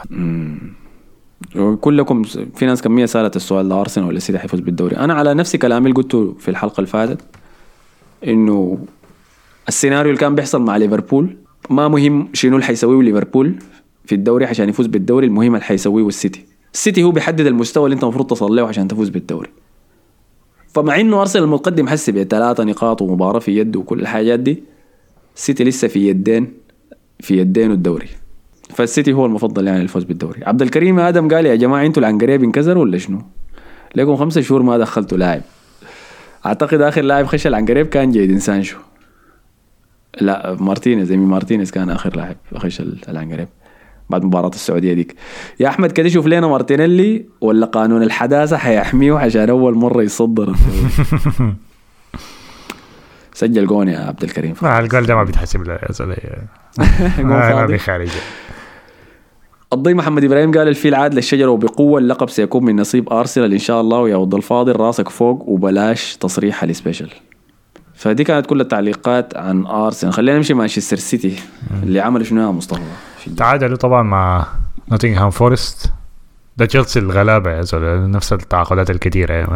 وكلكم في ناس كمية سألت السؤال ده أرسنال ولا السيتي حيفوز بالدوري. أنا على نفسي كلامي اللي قلته في الحلقة اللي فاتت إنه السيناريو اللي كان بيحصل مع ليفربول ما مهم شنو اللي حيسويه ليفربول في الدوري عشان يفوز بالدوري، المهم اللي حيسويه السيتي هو بيحدد المستوى اللي انت المفروض تصل له عشان تفوز بالدوري. فمع انه ارسنال المقدم حسب 3 نقاط ومباراه في يده وكل الحاجات دي، السيتي لسه في يدين الدوري. فالسيتي هو المفضل يعني الفوز بالدوري. عبد الكريم ادم قال يا جماعه انتوا العنقريب انكسروا ولا شنو؟ لكم 5 شهور ما دخلتوا لاعب. اعتقد اخر لاعب خش العنقريب كان جيدن سانشو، لا مارتينيز، ايمي مارتينيز كان اخر لاعب خش العنقريب بعد مباراة السعودية ديك. يا أحمد كده شوف لنا مارتينيلي ولا قانون الحداثة حيحميه عشان أول مرة يصدر سجل جون يا عبد الكريم. الجول ده ما بيتحسب له يا زلمة ما بيخارج. الضي محمد إبراهيم قال الفيل عاد للشجرة وبقوة، اللقب سيكون من نصيب أرسنال إن شاء الله، ويا ود الفاضل راسك فوق وبلاش تصريح السبيشل. فدي كانت كل التعليقات عن أرسنال. خلينا نمشي مع مانشستر سيتي اللي عمل شنو يا مصطفى؟ تعادلوا طبعا مع نوتنغهام فورست. ده تشيلسي الغلابة يا زلمة، نفس التعاقدات الكثيرة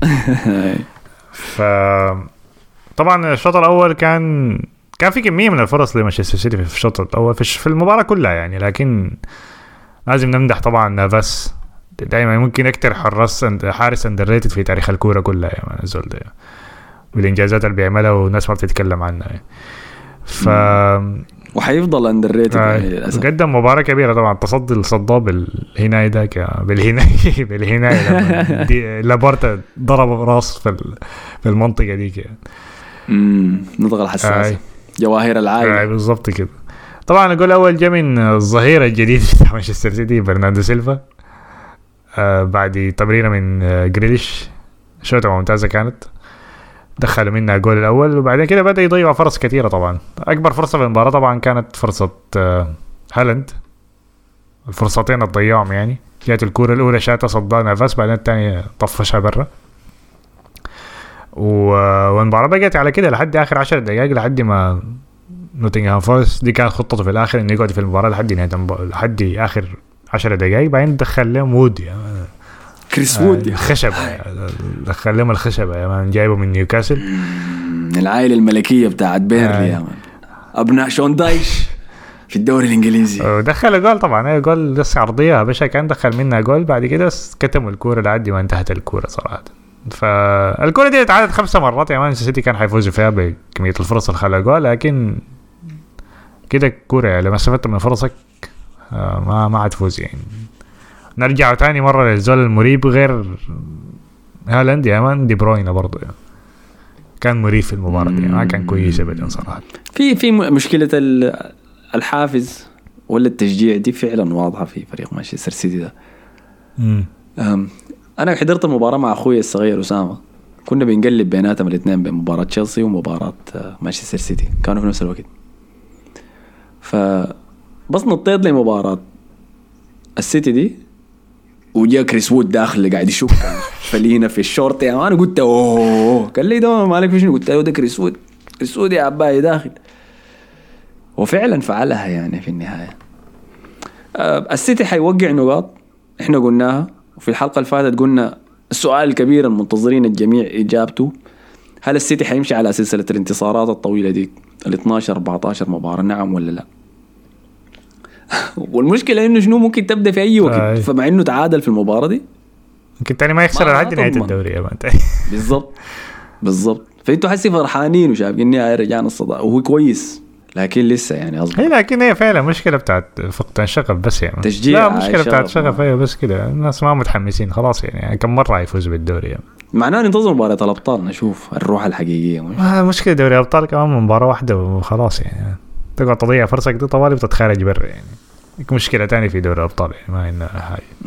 طبعا الشوط الأول كان في كمية من الفرص لمانشستر سيتي في الشوط الأول في المباراة كلها يعني، لكن لازم نمدح طبعا نافاس، دائما ممكن أكتر حارس اندرريتد في تاريخ الكورة كلها يا زول ده، والإنجازات اللي بيعملها والناس ما بتتكلم عنها وحيفضل اندرريتد يعني للاسف. قدم مباراه كبيره طبعا، تصدي الصداب بالهناي ذاك بالهناي لابورتا ضرب راس في المنطقه ديك يعني. نضغط الحساس جواهر العائله بالضبط كده. طبعا الجول الاول جاء من الظهير الجديد بتاع مانشستر سيتي برناردو سيلفا، بعد تمريره من جريليش، شوطه ممتازه كانت، دخلوا منها الجول الأول، وبعدين كده بدأ يضيع فرص كثيرة. طبعا أكبر فرصة في المباراة طبعا كانت فرصة هالاند، الفرصتين الضيعهم يعني، جات الكورة الأولى شاتها صدها نافاس، بعدين الثانية طفشها برا، والمباراة بقت على كده لحد آخر 10 دقائق، لحد ما نوتنغهام فورست دي كانت خطته في الآخر إنه يقعد في المباراة لحد نهاية لحد آخر 10 دقائق، بعدين دخل لهم وودي كريس وود الخشبة، دخل لهم الخشبة يا مان، جايبه من نيوكاسل، العائلة الملكية بتاعت بيرلي يا مان، أبناء شون دايش في الدوري الإنجليزي. دخل جول طبعا، جول لسه عرضية باشا، كان دخل منها جول، بعد كده كتموا الكورة لعد ما انتهت الكورة صراحة. فالكورة دي اتعادت 5 مرات يا مان، سيتي كان حيفوز فيها بكمية الفرص اللي خلى جول، لكن كده الكورة يعني لما استفدت من فرصك ما هتفوز يعني. نرجع تاني مرة للزول المريب غير هالاند يا مان، دي بروين برضو يعني. كان مريب في المباراة دي، ما كان كويس ابدا صراحة. في مشكلة الحافز ولا التشجيع دي فعلا واضحة في فريق مانشستر سيتي ده. أنا حضرت المباراة مع أخوي الصغير أسامة، كنا بنقلب بيناتهم الاثنين بين مباراة تشيلسي ومباراة مانشستر سيتي، كانوا في نفس الوقت. فبس نطيت لمباراة السيتي دي، وجاء كريس وود داخل قاعد يشوف فلينا في الشورت يا مان، قلت اوه قال لي ده مالك في شنو؟ قلت له ده كريس وود يا عباية داخل، وفعلا فعلها يعني في النهاية. السيتي حيوقع نقاط، احنا قلناها، وفي الحلقة اللي فاتت قلنا السؤال الكبير المنتظرين الجميع إجابته، هل السيتي حيمشي على سلسلة الانتصارات الطويلة دي 12-14 مباراة، نعم ولا لا؟ والمشكلة إنه شنو ممكن تبدأ في أي وقت، فمع إنه تعادل في المباراة دي ممكن تاني ما يخسر لحد نهاية الدوري يا مان. بالضبط. فأنتوا حسي فرحانين وشايفين إني رجعنا الصدارة وهو كويس، لكن لسه يعني أصبح. لكن هي فعلا مشكلة بتاعت فقدان شغف بس يعني. تشجيع. لا مشكلة بتاعت شغف هي بس كده، الناس ما متحمسين خلاص يعني كم مرة يفوز بالدوري يعني. معناه ننتظر مباراة الأبطال نشوف الروح الحقيقية. مشكلة دوري الأبطال كمان مباراة واحدة وخلاص يعني، تقعد تضيع فرصك دي طوالي بتتخارج برا يعني. مشكلة تانية في دوري الأبطال يعني، ما إنها هاي.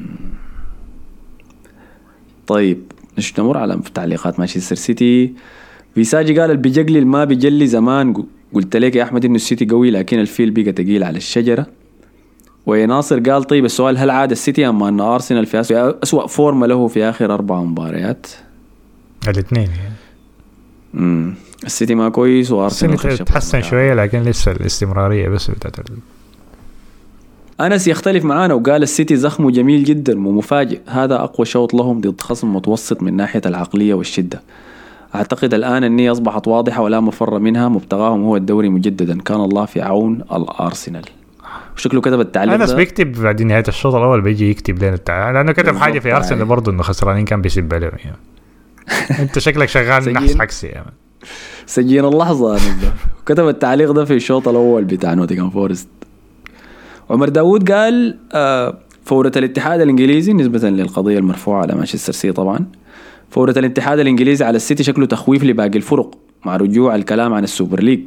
طيب نمر على تعليقات مانشستر سيتي. فيساجي قال البيجلي ما بيجلي زمان، قلت لك يا أحمد إنه السيتي قوي لكن الفيل بيقى تقيل على الشجرة. وناصر قال طيب السؤال، هل عاد السيتي أما أن أرسنال في أسوأ فورمة له في آخر 4 مباريات؟ الاثنين يعني. السيتي ما كويس وأرسنال تحسن شوية، لكن لسه الاستمرارية بس بتاعت أنس يختلف معانا وقال السيتي زخمه جميل جدا ومفاجئ، هذا أقوى شوط لهم ضد خصم متوسط من ناحية العقلية والشدة. أعتقد الآن النية أصبحت واضحة ولا مفر منها، مبتغاهم هو الدوري مجددا، كان الله في عون الأرسنال. شكله كتب التعليق أنا ده. بيكتب بعد نهاية الشوط الأول بيجي يكتب لنا التعليق، لأنه كتب حاجة في أرسنال برضه إنه خسرانين كان بيسب عليهم يعني. أنت شكلك شغال نحس عكسي يعني. سجين اللحظة كتب التعليق ده في الشوط الأول بتاع نوتنغهام فورست. عمر داود قال فورة الاتحاد الإنجليزي نسبة للقضية المرفوعة على مانشستر سيتي طبعا، فورة الاتحاد الإنجليزي على السيتي شكله تخويف لباقي الفرق مع الكلام عن السوبر ليج.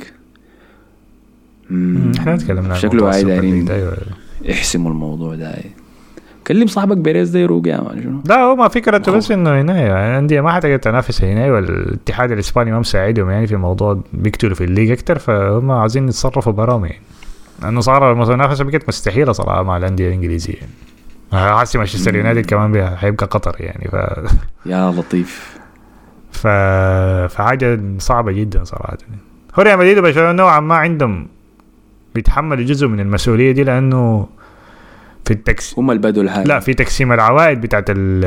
احنا تكلمنا شكله عايز دايرين يحسموا الموضوع ده. كلم صاحبك بيريز ده يروق يا مان شنو. لا هو ما فكرته بس انه هنا يعني انديه ما حتقدر تنافس هنا، والاتحاد الاسباني ما مساعدهم يعني في موضوع بيقتلوا في الليج اكتر، فهم عايزين يتصرفوا برامج يعني. لانه صار المنافسه بقت مستحيله صراحه مع الانديه الانجليزيه يعني. حاسس مانشستر يونايتد كمان حيبقى قطر يعني يا لطيف. فحاجه صعبه جدا صراحه. هو ريال مدريد وبرشلونه نوعا ما عندهم بيتحملوا جزء من المسؤوليه دي، لانه في هم اللي بدوا الحاجة. لا في تقسيم العوائد بتاعت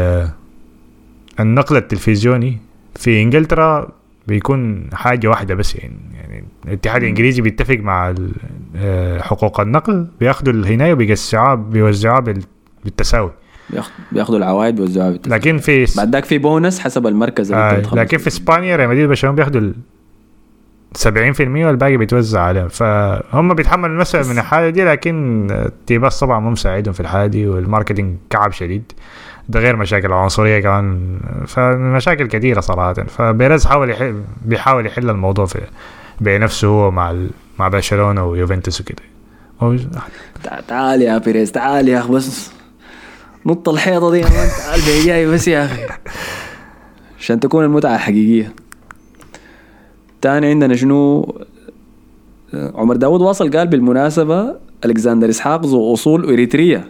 النقل التلفزيوني في انجلترا بيكون حاجة واحدة بس يعني الاتحاد الانجليزي بيتفق مع حقوق النقل، بياخدوا هنا بيوزعوها بالتساوي، بياخدوا العوائد بيوزعوها بالتساوي. لكن في بعد ذاك في بونس حسب المركز لكن في اسبانيا ريال مدريد وبرشلونة بياخدوا 70% والباقي بيتوزع عليهم، فهم بيتحملوا المسألة من الحالة دي. لكن تيباس طبعا ما مساعدهم في الحالة دي، والماركتينج كعب شديد، ده غير مشاكل العنصرية كمان، فمشاكل كثيرة صراحة. فبيريز بيحاول يحل الموضوع بنفسه هو مع برشلونة ويوفنتوس وكده. تعال يا بيريز تعال يا أخي بس نط الحيطة دي تعال بيجاي بس يا أخي عشان تكون المتعة حقيقية. تاني عندنا شنو؟ عمر داود واصل قال بالمناسبة ألكسندر إسحاق ذو أصول إريترية.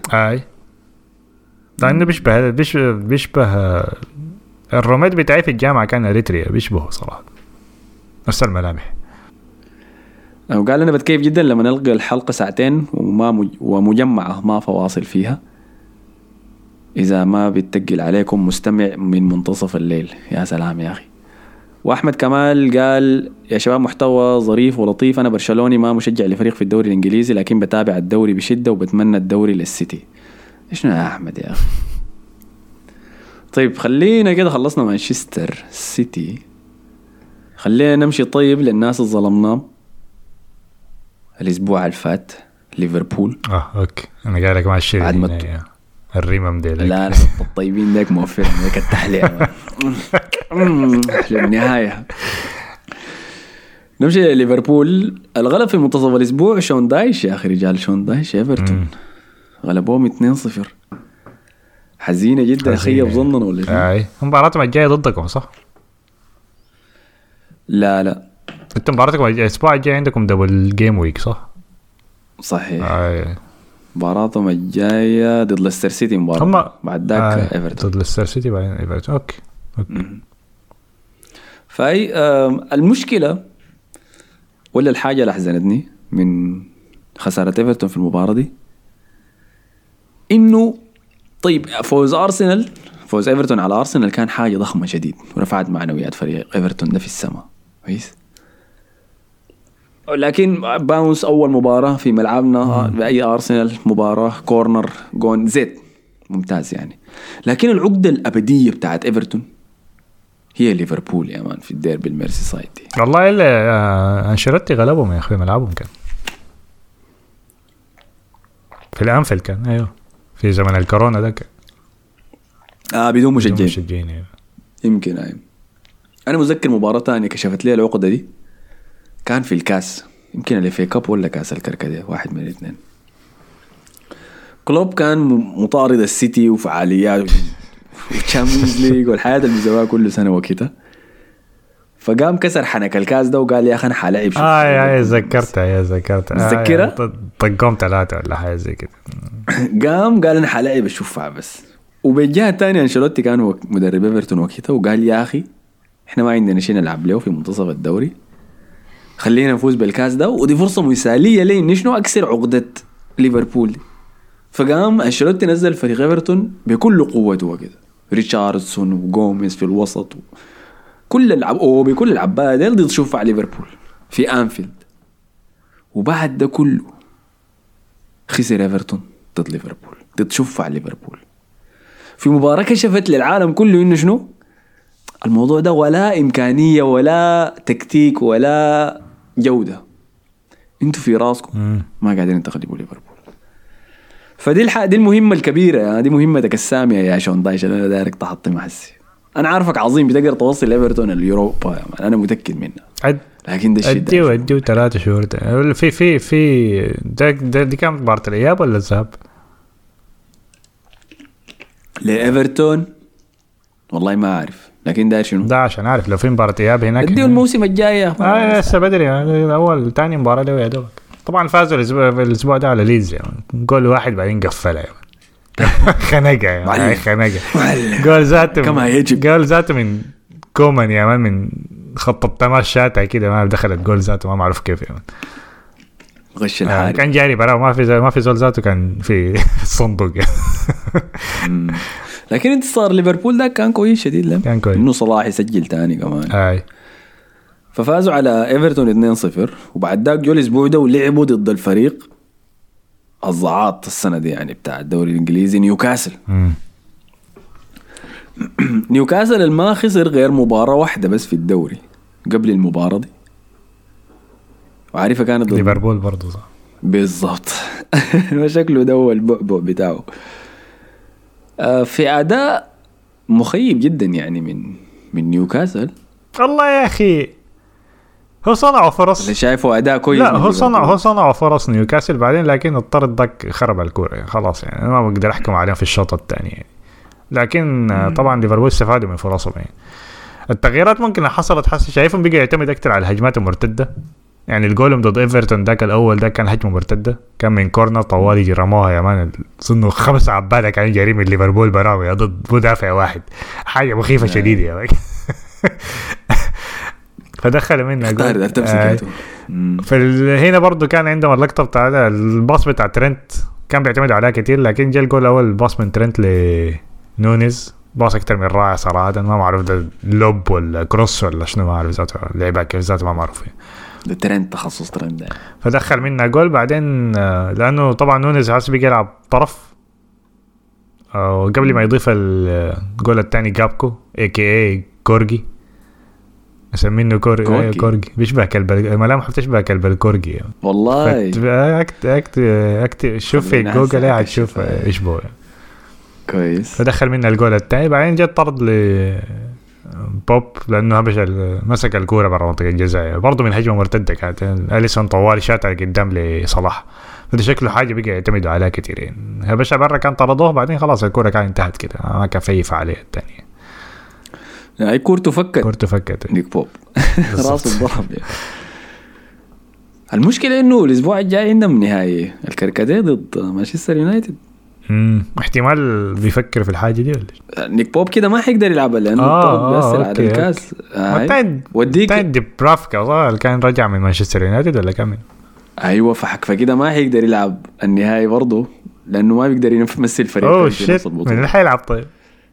لأنه بيشبه الروميد بتاعي في الجامعة كان إريتريا، بيشبهه صراحة نفس الملامح. وقال أنا بتكيف جدا لما نلقى الحلقة ساعتين ومجمعة ما فواصل فيها، إذا ما بتتقل عليكم مستمع من منتصف الليل. يا سلام يا أخي. وأحمد كمال قال يا شباب محتوى ظريف ولطيف، أنا برشلوني ما مشجع لفريق في الدوري الإنجليزي، لكن بتابع الدوري بشدة وبتمنى الدوري للسيتي. إيش يا أحمد يا أخي؟ طيب خلينا كده خلصنا مانشستر سيتي، خلينا نمشي طيب للناس اللي ظلمناهم الأسبوع الفات. ليفربول أوكي أنا قاعد لك مع الشيء الريمة مديلك. لا الطيبين داك موفرين داك التحلية للنهاية. نمشي لليفربول. الغلب في منتصف الأسبوع شون دايش يا أخي، رجال شون دايش إيفرتون غلبوهم 2-0. حزينة جدا خيب ظننا ولا اي مباراتهم الجاية ضدكم صح؟ لا انتم مباراتكم الأسبوع الجاي عندكم دبل جيم ويك صح؟ صحيح. مباراتهم الجاية ضد ليستر سيتي مباراة بعد ذاك إيفرتون. ضد ليستر سيتي بعدين إيفرتون. أوكي. فأي المشكلة ولا الحاجة اللي أحزنتني من خسارة إيفرتون في المباراة دي إنه طيب فوز إيفرتون على أرسنال كان حاجة ضخمة شديد ورفعت معنويات فريق إيفرتون ده في السماء كويس، لكن باونس أول مباراة في ملعبنا بأي أرسنال مباراة كورنر جون زيت ممتاز يعني. لكن العقدة الأبدية بتاعت إيفرتون هي ليفربول يا مان في الديربي الميرسي سايد دي. والله إلا أنشيلوتي غلبهم يا أخوي ملعبهم كان في الأنفيلد كان أيوه في زمن الكورونا ده بدون مشجعين أيوه. يمكن أيوه. أنا مذكر مباراة تانية كشفت لي العقدة دي كان في الكاس، يمكن اللي في كاب ولا كاس الكركديه واحد من الاثنين. كلوب كان مطارد السيتي وفعاليات والشامبيونز ليج والحياة اللي بيسويها كل سنة وكده، فقام كسر حنك الكاس ده وقال يا أخي أنا حلاعب ذكرتها متذكرة طقهم 3 ولا حاجة زي كده. قال أنا حلاعب الشفعة بس. وبالجهة الثانية أنشيلوتي كان هو مدرب إيفرتون وكده وقال يا أخي إحنا ما عندنا شيء نلعب له في منتصف الدوري، خلينا نفوز بالكاس ده ودي فرصة مثالية لي نشنو أكسر عقدة ليفربول دي. فقام أنشيلوتي نزل فريق إيفرتون بكل قوته وكده، ريتشاردسون وغوميز في الوسط بكل العباية ديل ضد شوف على ليفربول في أنفيلد. وبعد ده كله خسر ايفرتون ضد ليفربول، ضد شوف على ليفربول في مباراة كشفت للعالم كله إنه شنو الموضوع ده، ولا إمكانية ولا تكتيك ولا جودة، انتوا في راسكم ما قاعدين تغلبوا ليفربول. فدي دي المهمة الكبيرة يعني، دي مهمتك السامية يا شون دايش. أنا دايرك تحطي محسي، أنا عارفك عظيم بتقدر توصل ليفرتون اليوروبا يعني. أنا متأكد منها، لكن ده الشيء أديو 3 شهور في دي كانت مباراة الإياب ولا الذهاب لإيفرتون؟ والله ما أعرف، لكن داير شنو ده عشان أعرف لو في مباراة إياب هناك أديو الموسم الجاي لسه بدري يعني. أول تاني مباراة له يا دوبك. طبعا فازوا الأسبوع ده على ليدز يعني. جول واحد بعدين قفلها يعني. خنقة يعني خنقة جول ذاته كما يجب. جول ذاته من كومان يا مان، من خط التماس شاتها كده ما دخلت جول ذاته ما معروف كيف يعني. غش الحارس كان جاري برا ما في زول ذاته كان في الصندوق لكن انتصار ليفربول ده كان كويس شديد لهم، كان كويس انه صلاح يسجل تاني كمان. هاي ففازوا على ايفرتون 2-0. وبعد ذاك جو الاسبوع ده ولعبوا ضد الفريق الضعاط السنه دي يعني بتاع الدوري الانجليزي، نيوكاسل. نيوكاسل ما خسر غير مباراه واحده بس في الدوري قبل المباراه دي، وعارفه كانت ليفربول برضو صح بالضبط. شكله ده هو البعبع بتاعه. في أداء مخيب جدا يعني من نيوكاسل. والله يا أخي هو صنعوا فرص اللي شايفه أداء كويس. لا هو صنعوا فرص نيوكاسل بعدين، لكن الطرد ذاك خرب الكورة يعني. خلاص يعني أنا ما بقدر أحكم عليهم في الشوط الثاني يعني. لكن طبعا ليفربول استفادوا من فرصهم يعني. التغييرات ممكن حصلت شايفهم بقى يعتمد أكتر على الهجمات المرتدة يعني. الجولم ضد ايفرتون ذاك الاول ده كان هجمه مرتده، كان من كورنر طوالي جرموها يا مان. ظنوا 5 عباده كانوا جايين من ليفربول براوي ضد مدافع واحد، حاجه مخيفه شديده يا مان. فدخل منها جول. هنا برضو كان عندهم اللقطه بتاع الباص بتاع ترنت كان بيعتمد عليها كتير، لكن جاء الجول الاول الباص من ترنت لنونيز باص اكتر من رائع صراحه. ما معروف ده لوب ولا كروس ولا شنو، ما اعرف ذاته لعبها كيف ذاته ما معروف يعني. ده ترند تخصص ترند يعني. فدخل منها جول بعدين لانه طبعا نونيز حاسس بيجي يلعب طرف وقبل ما يضيف الجول الثاني جابكو AKA كورجي، مسمينه كورجي بيشبه كلب ملامحه بتشبه كلب الكورجي يعني. والله شوف في جوجل ايه هتشوف يشبه يعني. كويس. فدخل منها الجول الثاني بعدين جت طرد بوب لانه هبش مسك الكوره برا منطقه الجزاء برضه من هجمه مرتده كانت اليسون طوالي شاتها قدام لصلاح. فده شكله حاجه بقى يعتمدوا عليها كثيرين. هبش برا كان طردوه بعدين خلاص الكوره كانت انتهت كده ما كان في فعاليه الثانيه. هاي كورته فكت نيك بوب راسه ضرب يعني. المشكله انه الاسبوع الجاي عندهم نهائي الكركديه ضد مانشستر يونايتد. احتمال بيفكر في الحاجه دي ولا نيك بوب كده ما حيقدر يلعبها لانه الطرد بيأثر على الكاس. وديك ديبرافكا كان رجع من مانشستر يونايتد ولا كمان. ايوه فكده ما حيقدر يلعب النهائي برضه لانه ما بيقدر يمثل فريق. من اللي حيلعب طيب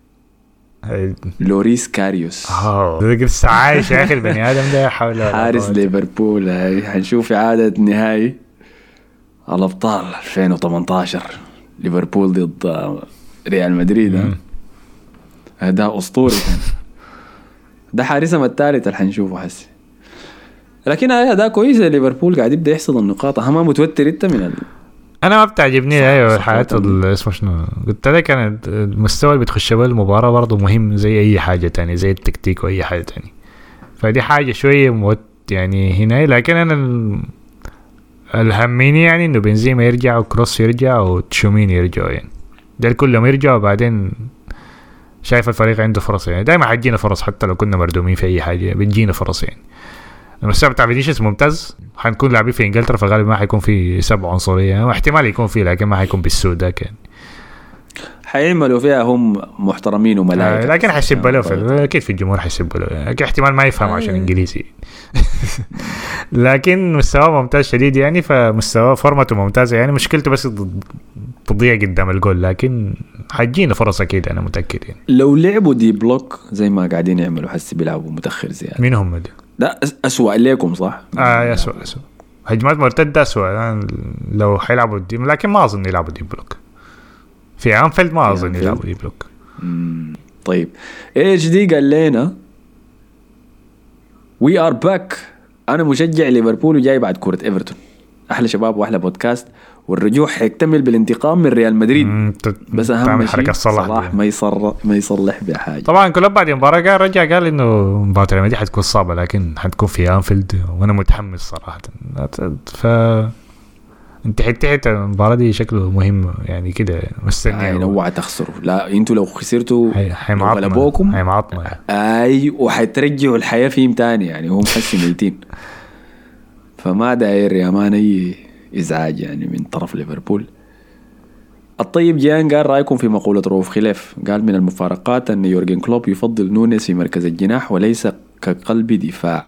لوريس كاريوس. لسه عايش يا اخي البني ادم ده. حول حارس ليفربول. حنشوف اعاده نهائي الابطال 2018 ليفربول ضد ريال مدريد. هذا اسطوري كان. ده حارسهم الثالث اللي حنشوفه حسي. لكن هذا كويس ليفربول قاعد يبدا يحصد النقاط. ما متوتر انت من انا ما بتعجبني ايوه الحياه اسمه شنو قلت لك. كان المستوى اللي بتخش به المباراه برضه مهم زي اي حاجه تانية زي التكتيك واي حاجه تانية. فدي حاجه شويه يعني هنا. لكن انا الهميني يعني انه بنزيما يرجع وكروس يرجع وتشوميني يرجع يعني. ده كلهم يرجعوا وبعدين شايف الفريق عنده فرص يعني. دايما حتجينا فرص حتى لو كنا مردومين في اي حاجه بتجينا فرص يعني. المستوى بتاع فينيسيوس ممتاز. حنكون لاعبين في انجلترا فغالبا ما حيكون في سبع عنصريه يعني. واحتمال يكون فيه لكن ما حيكون بالسوء ده كان. حيعملوا فيها هم محترمين وملايكه. لكن حيسب له اكيد في الجمهور حيسب له يعني. احتمال ما يفهم عشان انجليزي. لكن مستواه ممتاز شديد يعني. فمستواه فورمته ممتازه يعني. مشكلته بس تضيع قدام الجول لكن حجينا فرص اكيد انا متاكد يعني. لو لعبوا دي بلوك زي ما قاعدين يعملوا حسي بيلعبوا متاخر زياده. مين هم دي؟ ده اسوأ ليكم صح؟ اسوء هجمات مرتده اسوء لو حيلعبوا دي، لكن ما اظن يلعبوا دي بلوك في انفيلد، ما اظن يلعبوا دي بلوك. طيب ايش دي قال لنا وي ار باك، انا مشجع ليفربول وجاي بعد كرة ايفرتون، احلى شباب واحلى بودكاست، والرجوع حيكتمل بالانتقام من ريال مدريد. بس اهم شيء صلاح ما يصلح بحاجه. طبعا كل بعد المباراه قال رجع قال انه مباراه ريال مدريد حتكون صعبه لكن حتكون في انفيلد وانا متحمس صراحه. ف انت المباراه دي شكله مهم يعني كده مستني. نوع تخسروا، لا انتوا لو خسرتوا غلبوكم هيمعطنا وحترجعوا الحياه فيهم تاني يعني، هم حسي ميتين. فما داير يا مان اي ازعاج يعني من طرف ليفربول. الطيب جيان قال رايكم في مقوله روف خلاف، قال من المفارقات ان يورجن كلوب يفضل نونيز في مركز الجناح وليس كقلب دفاع.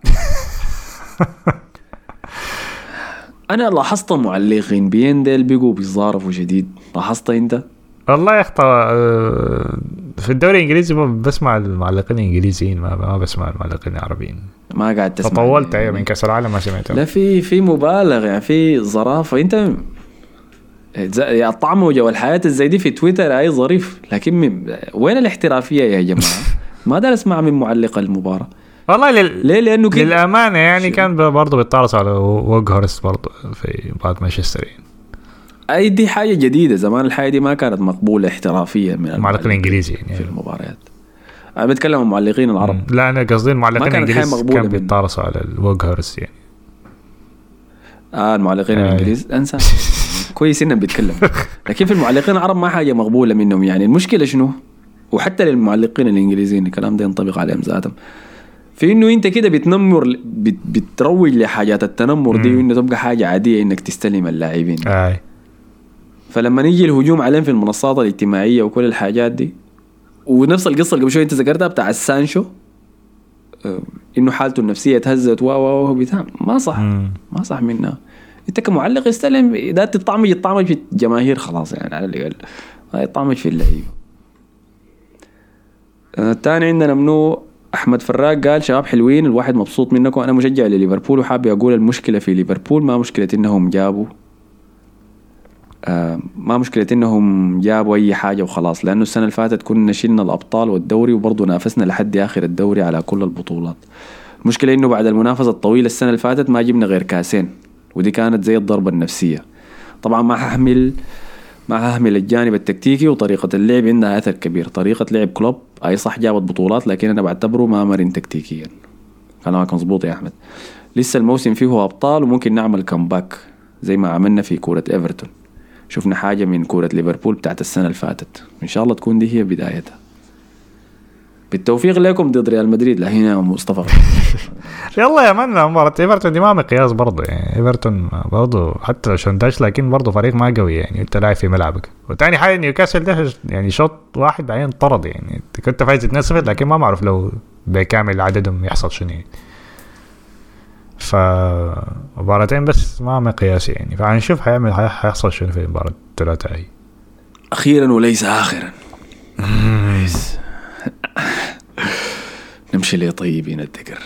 انا لاحظت معلقين بيندل بيقوا بيتظارفوا شديد، لاحظت انت؟ والله يخطى في الدوري الانجليزي بسمع المعلقين الانجليزيين، ما بسمع المعلقين العربيين. ما قاعد تسمع؟ تطولت يعني من كاس العالم ما سمعته. لا في مبالغ يعني، في ظرافه. انت الطعموجه والحياه الزي دي في تويتر اي ظريف، لكن وين الاحترافيه يا جماعه؟ ما دار اسمع من معلق المباراه والله. ليه؟ لانه كده للامانه يعني كان برضه بيتطارس على ووغهورست برضه في بعض مانشستر. اي دي حاجه جديده، زمان الحاجه دي ما كانت مقبوله احترافيا من المعلقين الانجليزي يعني في المباريات. انا بتكلم عن المعلقين العرب. لا انا قصدي المعلقين الانجليزي كان بيتطارسوا على الوغهورست يعني. المعلقين الانجليز انسى كويس انهم بيتكلموا، لكن في المعلقين العرب ما حاجه مقبوله منهم يعني. المشكله شنو؟ وحتى للمعلقين الانجليزيين الكلام ده ينطبق عليهم ذاتهم، في انه انت كده بتنمر بتروج لحاجات التنمر دي، وانه تبقى حاجه عاديه انك تستلم اللاعبين. فلما نيجي الهجوم عليهم في المنصات الاجتماعيه وكل الحاجات دي، ونفس القصه اللي قبل شويه انت ذكرتها بتاع السانشو، انه حالته النفسيه تهزت بتاع ما صح. ما صح منها. انت كمعلق يستلم اذا تطعمج في الجماهير خلاص يعني، على الاقل يطعمج في اللعيبه. الثاني عندنا منو احمد فراق قال شباب حلوين، الواحد مبسوط منكم، انا مشجع لليفربول وحابب اقول المشكله في ليفربول ما مشكله انهم جابوا ما مشكلة انهم جابوا اي حاجة وخلاص، لانه السنة اللي فاتت كنا شلنا الابطال والدوري وبرضه نافسنا لحد اخر الدوري على كل البطولات. المشكلة انه بعد المنافسة الطويلة السنة اللي فاتت ما جبنا غير كاسين، ودي كانت زي الضربة النفسية. طبعا ما هحمل الجانب التكتيكي وطريقة اللعب عندها اثر كبير. طريقة لعب كلوب اي صح جابت بطولات، لكن انا بعتبره ما مرن تكتيكيا. كلامك مظبوط يا احمد. لسه الموسم فيه ابطال وممكن نعمل كامباك زي ما عملنا في كورة ايفرتون. شفنا حاجة من كورة ليفربول بتاعت السنة اللي فاتت، إن شاء الله تكون دي هي بدايتها. بالتوفيق لكم ضد ريال مدريد. لا هنا مصطفى يلا يا من مباراة ايفرتون دي ما مقياس برضه يعني. ايفرتون برضه حتى لو شنداش لكن برضه فريق ما قوي يعني، انت لاعب في ملعبك. وتاني حاجة نيوكاسل ده يعني شوط واحد بعدين طرد يعني، كنت فايز 2-0 لكن ما معرف لو بكامل عددهم يحصل شنو يعني. فمباراتين بس ما مقياس يعني، فهنشوف حيحصل شنو في مباراة الثلاثاء هي. أخيرا وليس آخرا. نمشي لي طيبين الذكر.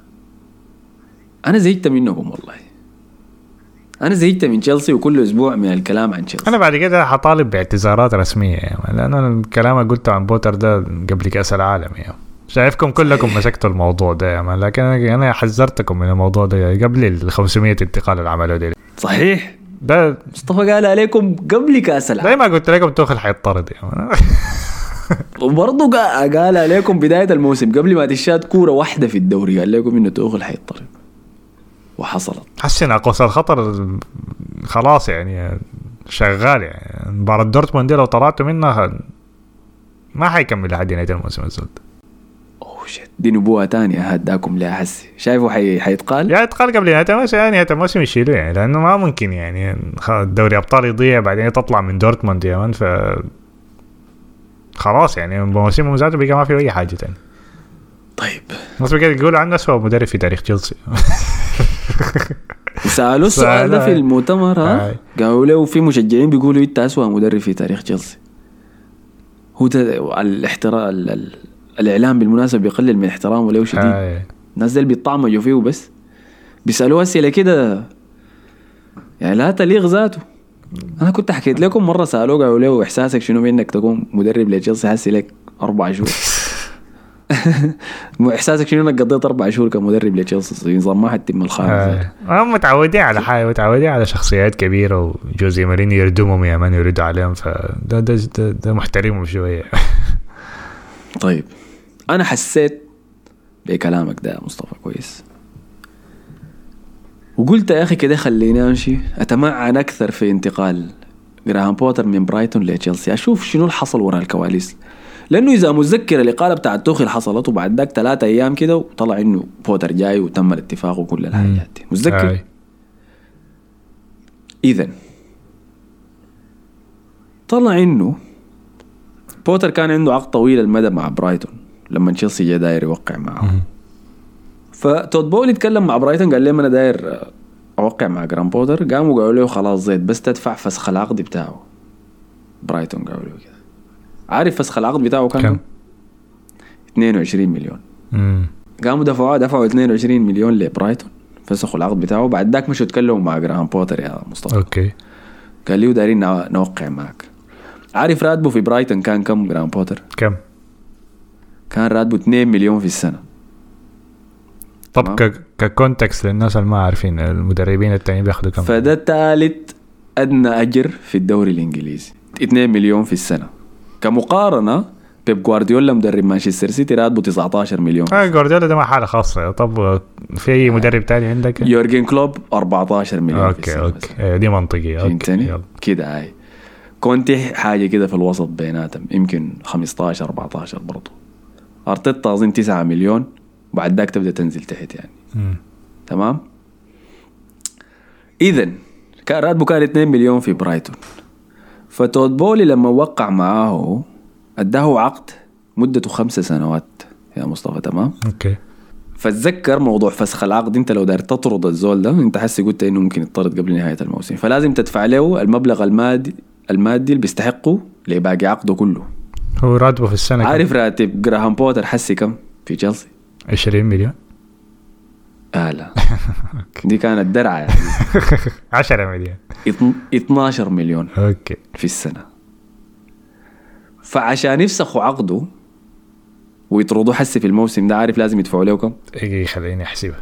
أنا زهقت منكم والله. أنا زهقت من تشيلسي وكل أسبوع من الكلام عن تشيلسي. أنا بعد كده حطالب باعتذارات رسمية يعني، لأنه الكلام اللي قلته عن بوتر ده قبل كأس العالم يعني. شايفكم كلكم مسكتوا الموضوع ده يعني، لكن أنا حذرتكم من الموضوع ده يعني قبل 500 انتقال اللي عملوه ده. صحيح ده مصطفى قال عليكم قبل كأس العالم. دايما قلت لكم توخل حيطرد يعني. وبرضه قال عليكم بداية الموسم قبل ما تشاد كورة واحدة في الدوري قال لكم إنه توخل حيطرد، وحصلت. حسنا قوس الخطر خلاص يعني شغال يعني. مباراة دورتموند لو طلعتوا منها ما حيكمل لحد نهاية الموسم الزود. دي نبوة تانية هداكم لا أحس شايفه حيتقال يا يتقال قبل نهاية الموسم يعني، نهاية الموسم يشيلوه يعني، لأنه ما ممكن يعني الدوري أبطال يضيع بعدين تطلع من دورتموند يا من. ف خلاص يعني موسم مزاته بقى ما في أي حاجة تاني. طيب بس بقى يقولوا عنه أسوأ مدرب في تاريخ تشيلسي. سألوا السؤال ده في المؤتمر قالوا له في مشجعين بيقولوا أنت أسوأ مدرب في تاريخ تشيلسي. هو الاعلام بالمناسبه بيقلل من احترامه له شديد. الناس دول بيطعمجوا فيه بس بيسالوه اسئله كده يعني لا تليق ذاته. انا كنت حكيت لكم مره سالوه قالوا له احساسك شنو بانك تكون مدرب لتشيلسي حسي لك 4 شهور احساسك شنو انك قضيت 4 شهور كمدرب لتشيلسي نظام ما حتتم الخامس. هم متعودين على حاجه، متعودين على شخصيات كبيره وجوزي مارينيو يردمهم يا مان يردوا عليهم، فده ده محترمهم شويه. طيب انا حسيت بكلامك ده يا مصطفى كويس وقلت يا اخي كده خليني امشي اتمعن اكثر في انتقال جراهام بوتر من برايتون لتشيلسي، اشوف شنو اللي حصل وراء الكواليس. لانه اذا متذكر الاقاله بتاعت توخيل حصلت وبعد ذاك 3 ايام كده وطلع انه بوتر جاي وتم الاتفاق وكل الحاجات دي متذكر. اذا طلع انه بوتر كان عنده عقد طويل المدى مع برايتون لما تشيلسي جاء داير يوقع معه. فتود بولي اتكلم مع برايتون قال لهم انا داير اوقع مع جرام بوتر، قاموا قالوا له خلاص زيد بس تدفع فسخ العقد بتاعه. برايتون قالوا له كده. عارف فسخ العقد بتاعه كم؟ 22 مليون. قاموا دفعوا 22 مليون لبرايتون فسخوا العقد بتاعه. بعد ذاك مشوا تكلموا مع جرام بوتر يا مصطفى. اوكي. قال لي دايرين نوقع معك. عارف راتبه في برايتون كان كم جرام بوتر؟ كم؟ كان راتبه 2 مليون في السنة. طب ككونتكست للناس اللي ما عارفين المدربين التانيين بياخدوا كم؟ فده ثالث أدنى أجر في الدوري الإنجليزي 2 مليون في السنة. كمقارنة بيب جوارديولا مدرب مانشستر سيتي راتبه 19 مليون. جوارديولا ده ما حالة خاصة. طب في أي مدرب تاني عندك؟ يورجن كلوب 14 مليون أوكي في السنة. أوكي دي منطقية. أوكي كده هاي. كونتي حاجة كده في الوسط بيناتهم يمكن 15-14 برضو. أرتيتا أظن 9 مليون وبعد ذاك تبدأ تنزل تحت يعني. تمام. إذن كان راتبه كان 2 مليون في برايتون. فتود بولي لما وقع معاه اداه عقد مدته 5 سنوات يا مصطفى. تمام. اوكي. فتذكر موضوع فسخ العقد، انت لو داير تطرد الزول ده انت حسي قلت انه ممكن يطرد قبل نهاية الموسم، فلازم تدفع له المبلغ المادي اللي بيستحقه لباقي عقده كله. هو راتبه في السنة عارف راتب جراهام بوتر حسي كم في تشيلسي؟ 20 مليون. لا دي كانت درعة يعني. 10 مليون. 12 مليون اوكي في السنة. فعشان يفسخوا عقده ويطردوا حسي في الموسم ده عارف لازم يدفعوا له كم؟ ايه خليني احسبها.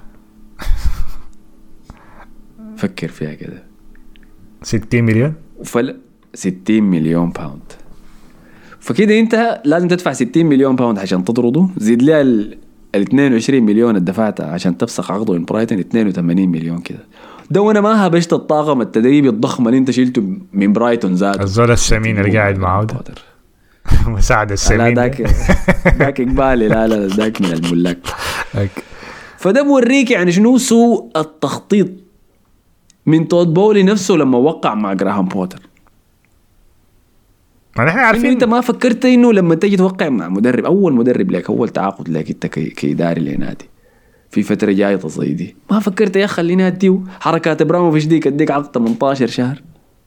فكر فيها كده. 60 مليون. 60 مليون باوند. فكده انت لازم تدفع 60 مليون باوند عشان تطرده، زيد لها ال 22 مليون الدفعتها عشان تفسخ عقده من برايتون 82 مليون كده. ده وانا ما هبشت الطاقم التدريبي الضخم اللي انت شلته من برايتون ذاته. الزول السمين اللي قاعد معه ده مساعد السمين. لا داك إقبالي. لا داك من الملاك. فده بوريك يعني شنو سوء التخطيط من تود بولي نفسه لما وقع مع جراهام بوتر. ما نحن عارفين انت ما فكرت انه لما تيجي توقع مع مدرب اول مدرب لك اول تعاقد لك انت كإداري لنادي في فترة جاية زي دي، ما فكرت يا خليني اديه حركات ابراموفيتش ديك اديك عقد 18 شهر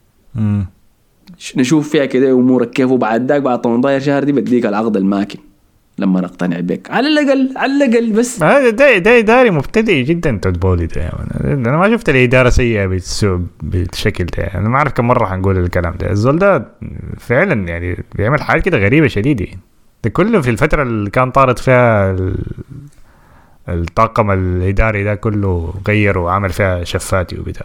نشوف فيها كده امورك كيف، وبعد ذاك بعد 18 شهر دي بديك العقد الماكن لما نقتنع بك على الاقل بس. ده اداري مبتدئ جدا تود بولي ده. انا ما شفت الاداره سيئه بالشكل ده. انا ما اعرف كم مره حنقول الكلام ده. الزول ده فعلا يعني بيعمل حاجات كده غريبه شديده. ده كله في الفتره اللي كان طارت فيها الطاقم الاداري ده كله غير وعمل فيها شفاتي وبتاع.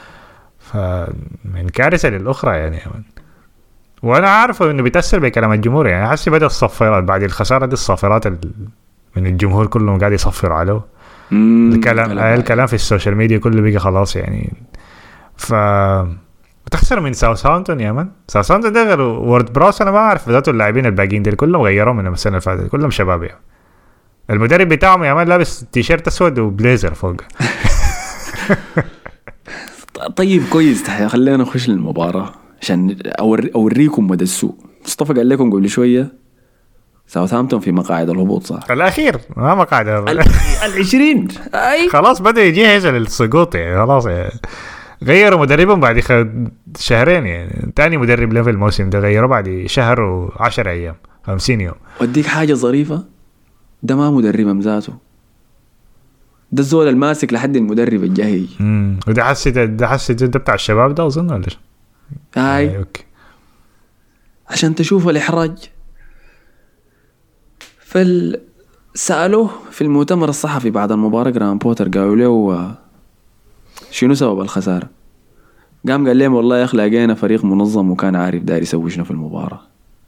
فمن كارثه للاخرى يعني. وانا عارف انه بيتاثر بكلام الجمهور يعني. حسي بدا الصفيرات بعد الخساره دي، الصفيرات من الجمهور كلهم قاعد يصفر عليه الكلام في السوشيال ميديا كله بقى خلاص يعني. بتخسر من ساوثهامبتون يا مان. ساوثهامبتون ده غير وورد براوس انا ما اعرف ذاته اللاعبين الباقيين دول كلهم غيروا من السنه اللي فاتت، كلهم شباب يعني. المدرب بتاعهم يا مان لابس تيشيرت اسود وبليزر فوق. طيب كويس، خلينا نخش للمباراه عشان اوريكم مدى السوء. مصطفى قال لكم قبل شويه ساوثهامبتون في مقاعد الهبوط صح؟ الاخير ما مقاعد 20 اي خلاص بدا يجهز للسقوط يعني. خلاص يعني. غيروا مدربهم بعد شهرين يعني. تاني مدرب له في الموسم ده غيره بعد شهر و10 ايام. 50 يوم. وديك حاجة ظريفة، ده ما مدرب ذاته، ده الزول الماسك لحد المدرب الجاي. وده حسيت ده بتاع الشباب ده أظن ولا؟ هاي أوكي. عشان تشوف الإحراج. سألوه في المؤتمر الصحفي بعد المباراة جرام بوتر، قالوا له شنو سبب الخسارة؟ قال لهم والله يا أخي لقينا فريق منظم وكان عارف داير يسوي شنو في المباراة.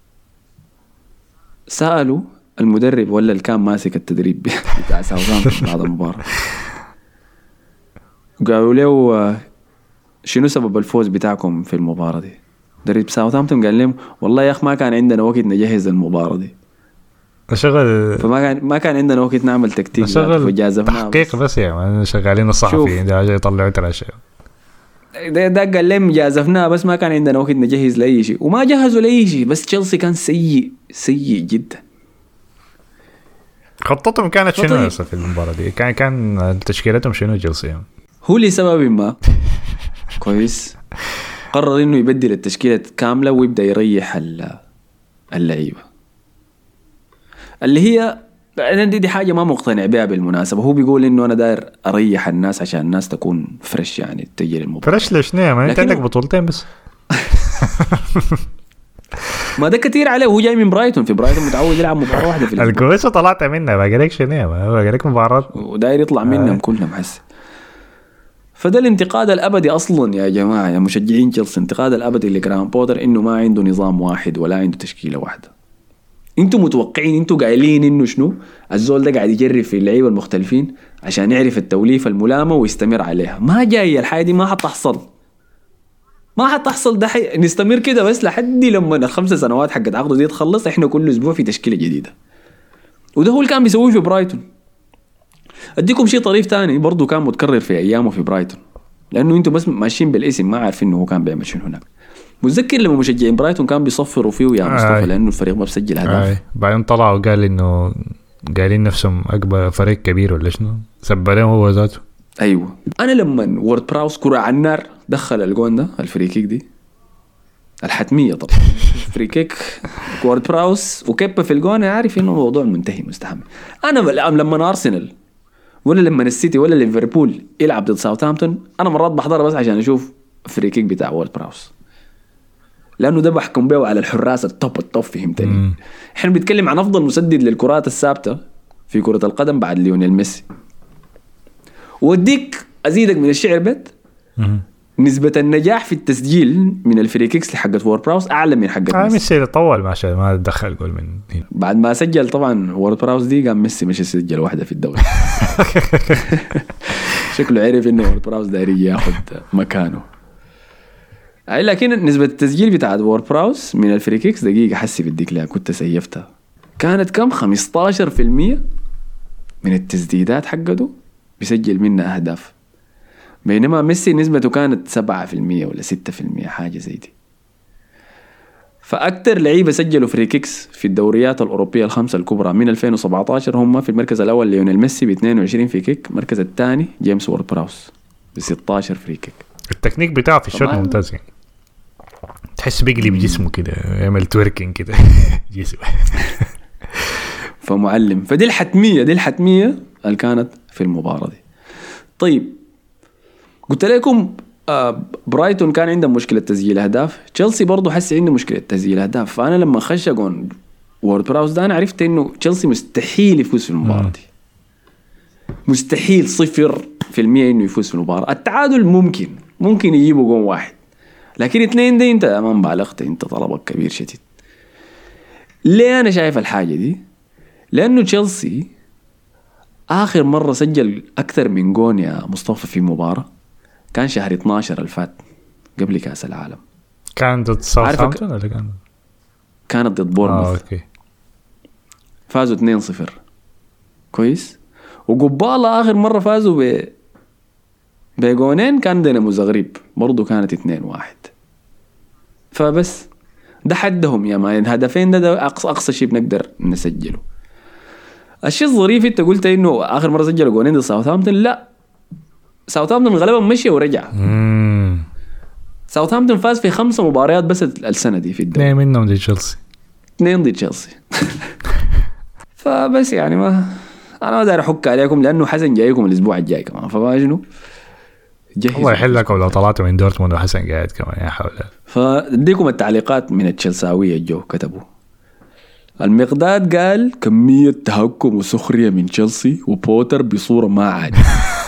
سألوا المدرب ولا اللي كان ماسك التدريب بتاع ساوثهامبتون بعد المباراة، قالوا له شنو سبب الفوز بتاعكم في المباراة دي؟ مدرب ساوثهامبتون قال لهم والله يا أخي ما كان عندنا وقت نجهز المباراة دي، ما كان عندنا وقت نعمل تكتيك تحقيق بس يعني شغالين الصحفيين ده يطلعوا ترى شيء. ده قال لهم جازفناه بس ما كان عندنا وقت نجهز لأي شيء، وما جهزوا لأي شيء. بس تشيلسي كان سيء جدا. خطتهم كانت شنو في المباراة دي؟ كان تشكيلتهم شنو تشيلسي يعني؟ هو لسبب ما كويس قرر انه يبدل التشكيلة كاملة ويبدأ يريح اللعيبة اللي هي أنا دي حاجة ما مقتنع بها بالمناسبة. هو بيقول إنه أنا داير أريح الناس عشان الناس تكون فريش يعني تجي المباراة. فريش ليش نية؟ ما أنت عندك بطولتين بس. ما ده كتير عليه. هو جاي من برايتون، في برايتون متعود يلعب مباراة واحدة في الأسبوع. الكويسة طلعت منها باقي لك شنو؟ باقي لك مباراة وداير يطلع منهم كلهم حس. فده الانتقاد الأبدي أصلا يا جماعة يا مشجعين تشيلسي، انتقاد الأبدي لجرام بوتر إنه ما عنده نظام واحد ولا عنده تشكيلة واحدة. انتوا متوقعين، انتوا قايلين انه شنو الزول ده قاعد يجرب في اللعيبه المختلفين عشان يعرف التوليفه الملامه ويستمر عليها. ما جاي الحاجه دي، ما حتحصل ده نستمر كده بس لحد لما ال5 سنوات حقت عقده دي تخلص. احنا كل اسبوع في تشكيله جديده، وده هو اللي كان بيسويه في برايتون. اديكم شيء طريف تاني برضو كان متكرر في ايامه في برايتون، لانه انتوا بس ماشيين بالاسم ما عارفين انه هو كان بيعمل شنو هناك. متذكر لما مشجعين برايتون كان بيصفروا فيه يا مصطفى لانه الفريق ما بسجل اهداف. بعدين طلع وقال انه قايلين نفسهم اكبر فريق كبير ولا شنو، سب عليهم هو ذاته. ايوه انا لما وورد براوس كرة على النار دخل الجون ده الفري كيك دي الحتميه طبعا فري كيك وورد براوس وكيبا في الجون، عارف انه الموضوع منتهي مستحمل. انا لما ارسنال ولا لما السيتي ولا ليفربول يلعب ضد ساوثهامبتون انا مرات بحضرها بس عشان اشوف فري كيك بتاع وورد براوس، لانه ده بحكم به على الحراس التوب فهمتني. احنا بنتكلم عن افضل مسدد للكرات الثابته في كره القدم بعد ليونيل ميسي. وديك ازيدك من الشعر بيت نسبه النجاح في التسجيل من الفري كيكس لحقت وورد براوس اعلى من حقت ميسي. طول ما دخل جول من هنا بعد ما سجل طبعا وورد براوس دي. قام ميسي مش يسجل واحده في الدوري شكله عرف انه وورد براوس داير ياخذ مكانه. لكن نسبة التسجيل بتاع وورد براوس من الفري كيكس دقيقة حسي بديك لها كنت سيفتها كانت كم 15% من التسديدات حقته بيسجل منها أهداف، بينما ميسي نسبته كانت 7% ولا 6% حاجة زي دي. فأكتر لعيبة سجلوا فري كيكس في الدوريات الأوروبية ال5 الكبرى من 2017 هم في المركز الأول ليونيل ميسي ب22 فري كيك، المركز الثاني جيمس وورد براوس ب16 فري كيك. التكنيك بتاعه في الشوط ممتاز، تحس بيقلب جسمه كده يعمل توركينج كده جسمه فمعلم. فدي الحتمية اللي كانت في المباراة دي. طيب قلت لكم برايتون كان عنده مشكلة تسجيل أهداف، تشيلسي برضو حس عنده مشكلة تسجيل أهداف. فأنا لما خش جون وورد براوس ده أنا عرفت إنه تشيلسي مستحيل يفوز في المباراة دي، مستحيل 0% إنه يفوز في المباراة. التعادل ممكن يجيبوا جون واحد، لكن 2 دي انت ما بالغت، انت طلبك كبير شديد. ليه انا شايف الحاجة دي؟ لانه تشيلسي اخر مرة سجل اكثر من جون يا مصطفى في مباراة كان شهر 12 الفات قبل كاس العالم. كان ضد ساوثهامبتون ولا كانت ضد بورنموث. اوكي فازوا 2-0 كويس. وقبالة اخر مرة فازوا بجونين كان دينامو زغريب برضو كانت 2-1. فبس ده حدهم يا مان، الهدفين ده أقصى شيء بنقدر نسجله. الشيء الظريف انت قلت انه اخر مرة سجلوا جونين ضد ساوثهامبتون، لا ساوثهامبتون غالبا مشي ورجع. ساوثهامبتون فاز في 5 مباريات بس السنة دي في الدوري، 2 منهم ضد تشيلسي. 2 ضد تشيلسي. فبس يعني ما انا ما داير احك عليكم لانه حسن جايكم الاسبوع الجاي كمان، فما شنو الله يحلكم لو طلعتوا من دورتموند وحسن قاعد كمان يا حول. فاديكم التعليقات من التشيلساويه جو كتبوا. المقداد قال كميه تهكم وسخريه من تشيلسي وبوتر بصوره ما عادي.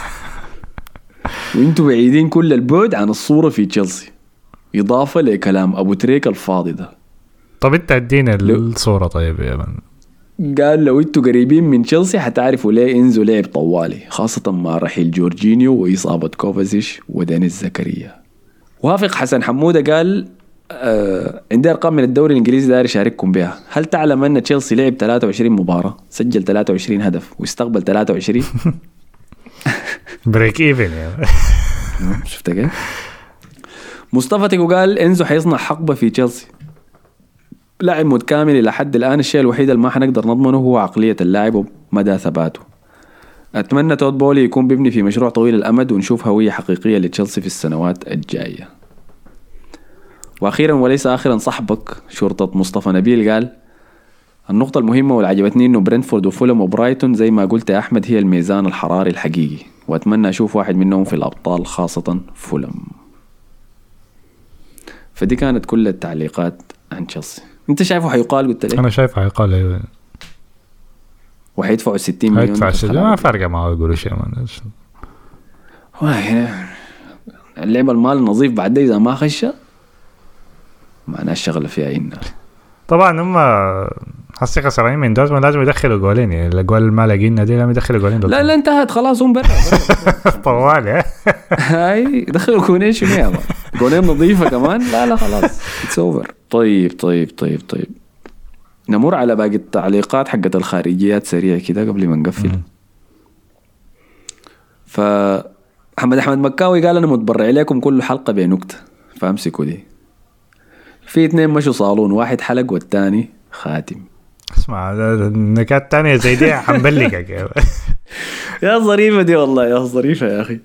وانتوا بعيدين كل البعد عن الصوره في تشيلسي، اضافه لكلام ابو تريك الفاضي ده. طب انت ادينا الصوره طيب يا من. قال لو انتوا قريبين من تشيلسي حتعرفوا ليه انزو لعب طوالي، خاصة مع رحيل جورجينيو وإصابة كوفازيش ودينيس زكريا. وافق حسن حمودة قال عندي أرقام من الدوري الإنجليزي داير أشارككم بها. هل تعلم أن تشيلسي لعب 23 مباراة، سجل 23 هدف واستقبل 23؟ بريك ايفن يا شفت كيف؟ مصطفى تيكو قال انزو حيصنع حقبة في تشيلسي، لاعب متكامل إلى حد الآن، الشيء الوحيد اللي ما حنقدر نضمنه هو عقلية اللاعب ومدى ثباته. أتمنى تود بولي يكون بيبني في مشروع طويل الأمد ونشوف هوية حقيقية لتشيلسي في السنوات الجاية. وأخيرا وليس آخرا صاحبك شرطة مصطفى نبيل قال النقطة المهمة واللي عجبتني إنه برينتفورد وفولم وبرايتون زي ما قلت يا أحمد هي الميزان الحراري الحقيقي، وأتمنى أشوف واحد منهم في الأبطال خاصة فولم. فدي كانت كل التعليقات عن تشيلسي. انت شايفه حيقال؟ قلت لي انا شايفه حيقال ايوه، وحيدفعوا 60 مليون. هيدفع 60 ما فارقه معه يقولوا شيء اللعبه المال النظيف بعد ده اذا ما خش معناه الشغله فيها إن طبعا هم حسي خسرانين من دورتموند لازم يدخلوا جولين، يعني الاجوال ما لاقينا دي لازم يدخلوا جولين. لا انتهت خلاص هم برا طوال هاي يدخلوا جولين شنو يا جولين نظيفه كمان. لا خلاص اتس اوفر. طيب نمر على باقي التعليقات حقت الخارجيات سريع كده قبل ما نقفل. فمحمد أحمد مكاوي قال أنا متبرع لكم كل حلقة بنكتة، فامسكوا دي. في 2 مشوا صالون، واحد حلق والتاني خاتم. اسمع النكات تانية زي دي حنبلغك يا ظريفة دي والله، يا ظريفة يا أخي.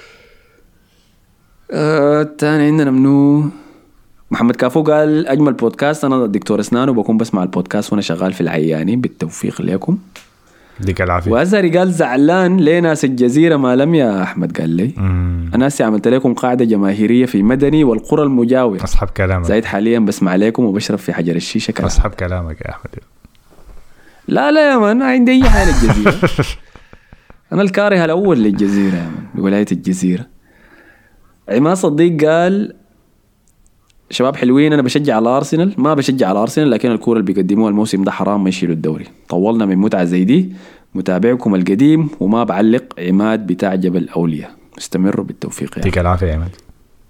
التاني عندنا منو محمد كافو قال أجمل بودكاست، أنا دكتور أسنان وبكون بسمع البودكاست وأنا شغال في العياني، بالتوفيق لكم. ديك العافية. وأزهري قال زعلان ليه ناس الجزيرة ما لم يا أحمد. قال لي أنا عملت لكم قاعدة جماهيرية في مدني والقرى المجاورة. أصحاب كلامك. زايد حاليا بسمع لكم وبشرب في حجر الشيشة كلام. أصحاب كلامك يا أحمد. لا يا من عندي أي حال الجزيرة. أنا الكاره الأول للجزيرة يا من بولاية الجزيرة. عماد صديق قال شباب حلوين، أنا بشجع على أرسنال، ما بشجع على أرسنال لكن الكورة اللي بيقدموها الموسم ده حرام ما يشيلوا الدوري. طولنا من متعة زي دي، متابعكم القديم وما بعلق. عماد بتاع جبل أولياء، استمروا بالتوفيق. يعطيك العافية يا عماد.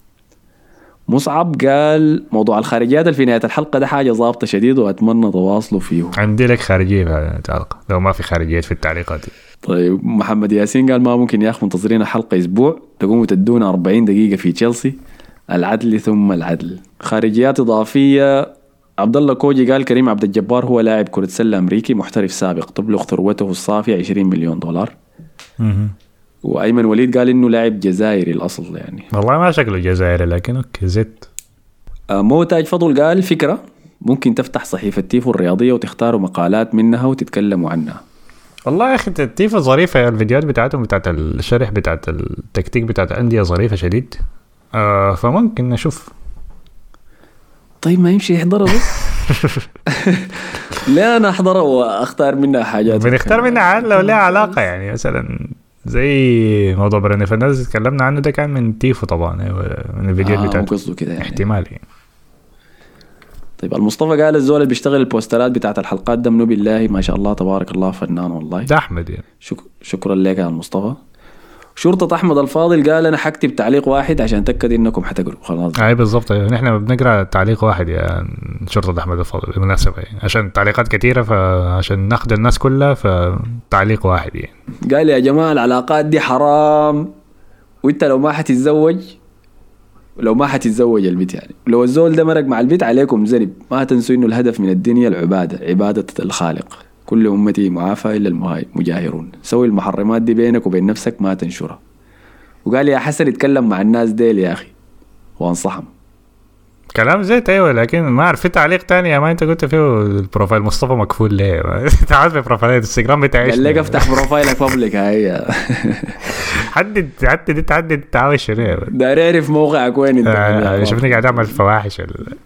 مصعب قال موضوع الخارجيات في نهاية الحلقة ده حاجة ضابطة شديد وأتمنى تواصلوا فيه. عندي لك خارجية في الحلقة لو ما في خارجيات في التعليقات. طيب محمد ياسين قال ما ممكن يا أخي منتظرين الحلقة أسبوع تقوموا تدونا 40 دقيقة في تشيلسي، العدل ثم العدل. خارجيات إضافية، عبد الله كوجي قال كريم عبد الجبار هو لاعب كرة سلة أمريكي محترف سابق تبلغ ثروته الصافية 20 مليون دولار. وأيمن وليد قال إنه لاعب جزائري الأصل يعني. والله ما شكله جزائري لكن أوكي زيت. مو تاج فضل قال فكرة ممكن تفتح صحيفة تيفو الرياضية وتختاروا مقالات منها وتتكلموا عنها. والله يا أخي تيفو ظريفة، الفيديوهات بتاعتهم بتاعت الشرح بتاعت التكتيك بتاعت الأندية ظريفة شديد. فممكن نشوف. طيب ما يمشي يحضره بس. لا أنا أحضره وأختار منها حاجات. بنختار منها عاد لو لها علاقة، يعني مثلا زي موضوع براني فرنانديز تكلمنا عنه ده كان من تيفو طبعا من الفيديو بتاعته. قصده كده يعني. احتمال يعني. طيب المصطفى قال الزول اللي بيشتغل البوسترات بتاعت الحلقات ده منو بالله ما شاء الله تبارك الله فنان والله. ده أحمد يعني. شكرا لك يا المصطفى. شرطة أحمد الفاضل قال أنا حكتب تعليق واحد عشان أتأكد إنكم حتقروا خلاص. بالضبط، نحن بنقرأ تعليق واحد يا شرطة أحمد الفاضل بالمناسبة يعني. عشان تعليقات كثيرة فعشان ناخد الناس كلها فتعليق واحد يعني. قال يا جماعة العلاقات دي حرام، وإنت لو ما حتتزوج البيت يعني لو الزول ده مرق مع البيت عليكم ذنب. ما تنسوا إنه الهدف من الدنيا العبادة، عبادة الخالق. كل أمتي معافى إلا المجاهرون. سوي المحرمات دي بينك وبين نفسك ما تنشرها. وقال يا حسن اتكلم مع الناس ديل يا أخي وانصحهم. كلام زيت ايوه، لكن ما اعرف في تعليق تاني يا ما انت قلت فيه البروفايل مصطفى مكفول ليه؟ انت عارف بروفايل الانستغرام بتاعي قال لك افتح بروفايلك بابليك. هاي حدد تعاوي شنو داير اعرف موقعك وين انت. شفني قاعد اعمل فواحش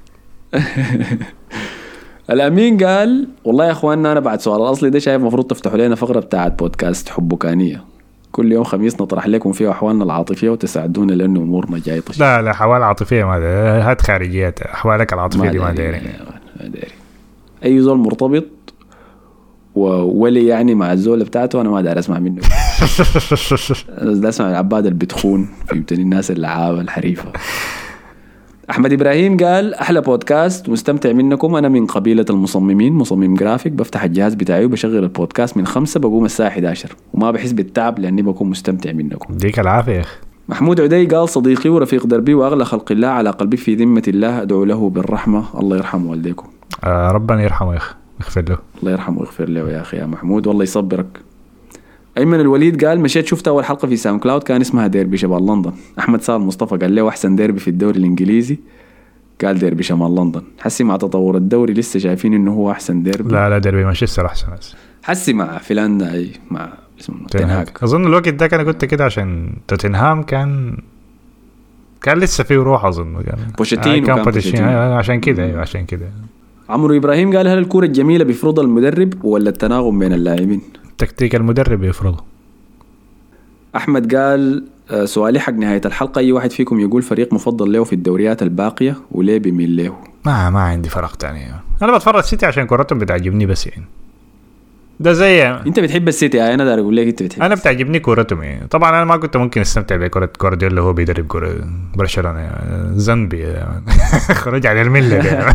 الامين قال والله يا اخواننا انا بعد سؤال الاصلي ده شايف مفروض تفتحوا لنا فقره بتاعت بودكاست حبكانيه كل يوم خميس نطرح لكم فيها احوالنا العاطفيه وتساعدونا لانه امورنا جاي طش. لا احوال عاطفيه ما هات خارجيات، احوالك العاطفيه دي ما داري. اي زول مرتبط وولي يعني مع الزول بتاعته انا ما داري اسمع منه. ده اسمع العباد اللي بتخون فهمتني، الناس اللعابه الحريفه. احمد ابراهيم قال احلى بودكاست مستمتع منكم، انا من قبيله المصممين، مصمم جرافيك، بفتح الجهاز بتاعي وبشغل البودكاست من 5 بقوم الساعه 11 وما بحس بالتعب لاني بكون مستمتع منكم. ديك العافيه يا اخي. محمود عدي قال صديقي ورفيق دربي واغلى خلق الله على قلبي في ذمه الله، ادعو له بالرحمه، الله يرحم والديكم. ربنا يرحمه يا اخي، يغفر له. الله يرحمه ويغفر له يا اخي يا محمود، والله يصبرك. ايمن الوليد قال مشيت شفت اول حلقه في ساوند كلاود كان اسمها ديربي شمال لندن. احمد سالم مصطفى قال له احسن ديربي في الدوري الانجليزي، قال ديربي شمال لندن. حسي مع تطور الدوري لسه شايفين انه هو احسن ديربي. لا ديربي مانشستر احسن. حسي مع فنلندا اي مع اسمه توتنهام. اظن الوقت ده كان قلت كده عشان توتنهام كان لسه فيه روح اظن يعني بوشيتينو كان بوشيتينو عشان كده. ايوه عشان كده. عمرو ابراهيم قال هل الكرة الجميلة بيفرضها المدرب ولا التناغم بين اللاعبين؟ تكتيك المدرب يفرضه. احمد قال سؤالي حق نهاية الحلقة، اي واحد فيكم يقول فريق مفضل له في الدوريات الباقية وليه بيميل له؟ ما عندي فرق تاني. انا بتفرج سيتي عشان كرتهم بتعجبني بس يعني ده زي انت بتحب السيتي. انا داير اقول لك انت بتحب. انا بتعجبني كورتهم يعني. طبعا انا ما كنت ممكن استمتع بكره جوارديولا هو بيدرب برشلونه يعني. ذنبي خرج على المله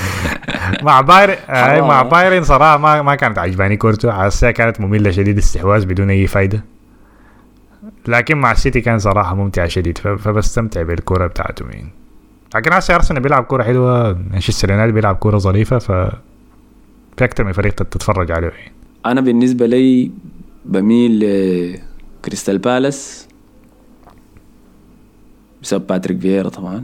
مع بايرن صراحه ما كانت عجباني كورته، حاسه كانت ممله شديد، استحواذ بدون اي فايده. لكن مع السيتي كان صراحه ممتع شديد، فبستمتع بالكوره بتاعتهم يعني. لكن حاسه ارسنال بيلعب كوره حلوه، مانشستر يونايتد بيلعب كوره ظريفه، في اكتر من فريق تتفرج عليه يعني. انا بالنسبه لي بميل لكريستال بالاس بسبب باتريك فييرا طبعا،